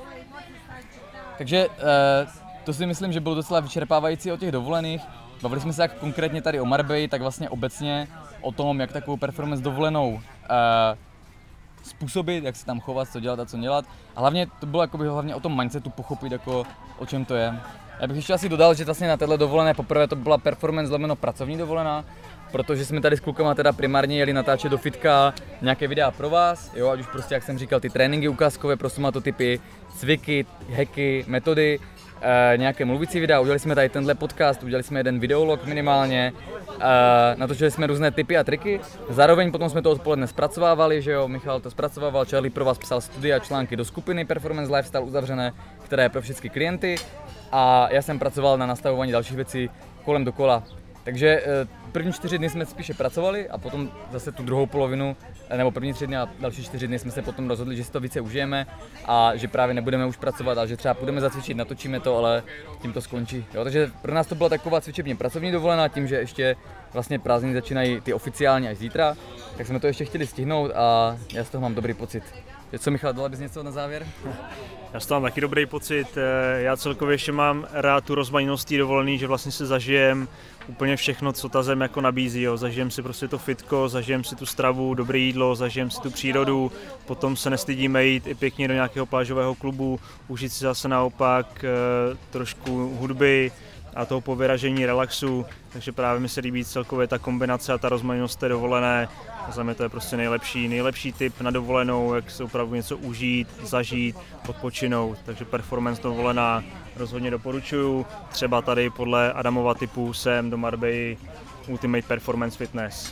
Takže eh, to si myslím, že bylo docela vyčerpávající o těch dovolených. Bavili jsme se jak konkrétně tady o Marbella, tak vlastně obecně o tom, jak takovou performance dovolenou eh, způsobit, jak se tam chovat, co dělat a co dělat. A hlavně to bylo jakoby, hlavně o tom mindsetu pochopit, jako, o čem to je. Já bych ještě asi dodal, že vlastně na této dovolené poprvé to byla performance lomeno pracovní dovolená, protože jsme tady s klukama teda primárně jeli natáčet do fitka nějaké videa pro vás, jo, ať už prostě, jak jsem říkal, ty tréninky ukázkové pro somatotypy, cviky, hacky, metody, e, nějaké mluvící videa, udělali jsme tady tenhle podcast, udělali jsme jeden videolog minimálně, e, natočili jsme různé tipy a triky, zároveň potom jsme to odpoledne zpracovávali, že jo, Michal to zpracovával, Charlie pro vás psal studia články do skupiny Performance Lifestyle uzavřené, která je pro všechny klienty a já jsem pracoval na nastavování dalších věcí kolem dokola. Takže první čtyři dny jsme spíše pracovali a potom zase tu druhou polovinu, nebo první tři dny a další čtyři dny jsme se potom rozhodli, že si to více užijeme a že právě nebudeme už pracovat a že třeba půjdeme zacvičit, natočíme to, ale tím to skončí. Jo, takže pro nás to byla taková cvičebně pracovní dovolená, tím, že ještě vlastně prázdniny začínají ty oficiálně až zítra, tak jsme to ještě chtěli stihnout a já z toho mám dobrý pocit. Co, Michal, dala bys něco na závěr? Já z toho mám taky dobrý pocit, já celkově ještě mám rád tu rozmanitost dovolený, že vlastně si zažijem úplně všechno, co ta zem jako nabízí, jo. Zažijem si prostě to fitko, zažijem si tu stravu, dobré jídlo, zažijem si tu přírodu, potom se nestydíme jít i pěkně do nějakého plážového klubu, užít si zase naopak trošku hudby a toho povyražení, relaxu, takže právě mi se líbí celkově ta kombinace a ta rozmanitost té dovolené. Za mě to je prostě nejlepší, nejlepší tip na dovolenou, jak se opravdu něco užít, zažít, odpočinout. Takže performance dovolená rozhodně doporučuju. Třeba tady podle Adamova typu sem do Marbella Ultimate Performance Fitness.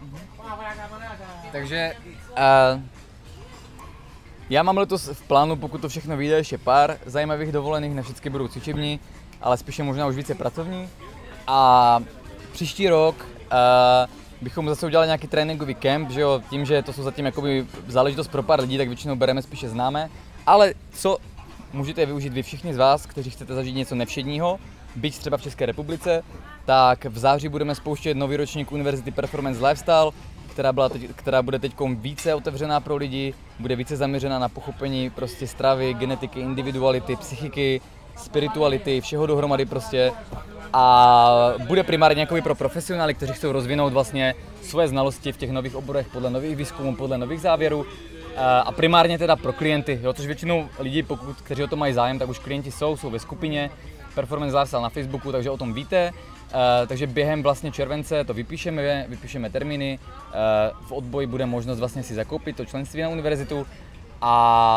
Takže uh, já mám letos v plánu, pokud to všechno vyjde, ještě pár zajímavých dovolených, ne vždycky budou cvičební, ale spíše možná už více pracovní. A příští rok uh, bychom zase udělali nějaký tréninkový kemp, že jo, tím, že to jsou zatím jakoby záležitost pro pár lidí, tak většinou bereme spíše známé. Ale co můžete využít vy všichni z vás, kteří chcete zažít něco nevšedního, byť třeba v České republice, tak v září budeme spouštět nový ročník Univerzity Performance Lifestyle, která, byla teď, která bude teď více otevřená pro lidi, bude více zaměřená na pochopení prostě stravy, genetiky, individuality, psychiky, spirituality, všeho dohromady prostě. A bude primárně jakoby pro profesionály, kteří chcou rozvinout vlastně svoje znalosti v těch nových oborech podle nových výzkumů, podle nových závěrů. A primárně teda pro klienty, jo, což většinou lidi, pokud, kteří o to mají zájem, tak už klienti jsou, jsou ve skupině Performance Lifestyle na Facebooku, takže o tom víte. Uh, takže během vlastně července to vypíšeme, vypíšeme termíny, uh, v odboji bude možnost vlastně si zakoupit to členství na univerzitu a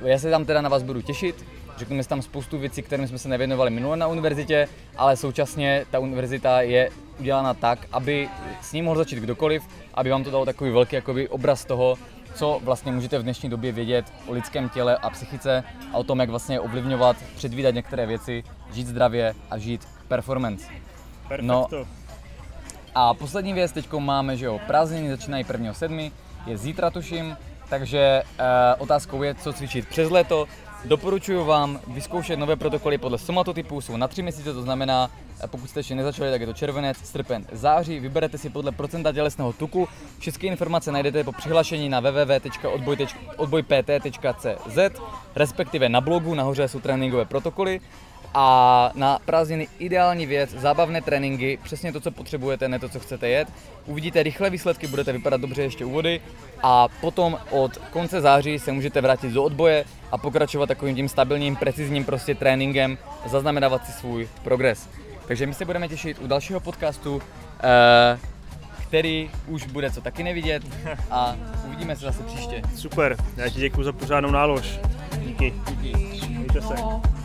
já se tam teda na vás budu těšit, řekneme si tam spoustu věcí, kterým jsme se nevěnovali minule na univerzitě, ale současně ta univerzita je udělána tak, aby s ním mohl začít kdokoliv, aby vám to dalo takový velký jakoby, obraz toho, co vlastně můžete v dnešní době vědět o lidském těle a psychice a o tom, jak vlastně ovlivňovat, předvídat některé věci, žít zdravě a žít performance. Perfekto. No, a poslední věc, teďko máme, že jo, prázdniny začínají prvního sedmého je zítra tuším, takže e, otázkou je, co cvičit přes léto. Doporučuji vám vyzkoušet nové protokoly podle somatotypu, jsou na tři měsíce, to znamená, pokud jste ještě nezačali, tak je to červenec, srpen, září, vyberete si podle procenta tělesného tuku. Všechny informace najdete po přihlašení na w w w tečka odboj p t tečka c z, respektive na blogu, nahoře jsou tréninkové protokoly. A na prázdniny ideální věc, zábavné tréninky, přesně to, co potřebujete, ne to, co chcete jet. Uvidíte rychlé výsledky, budete vypadat dobře ještě u vody a potom od konce září se můžete vrátit do odboje a pokračovat takovým tím stabilním, precizním prostě tréninkem, zaznamenávat si svůj progres. Takže my se budeme těšit u dalšího podcastu, který už bude co taky nevidět a uvidíme se zase příště. Super, já ti děkuji za pořádnou nálož. Díky. Díky. Mějte se.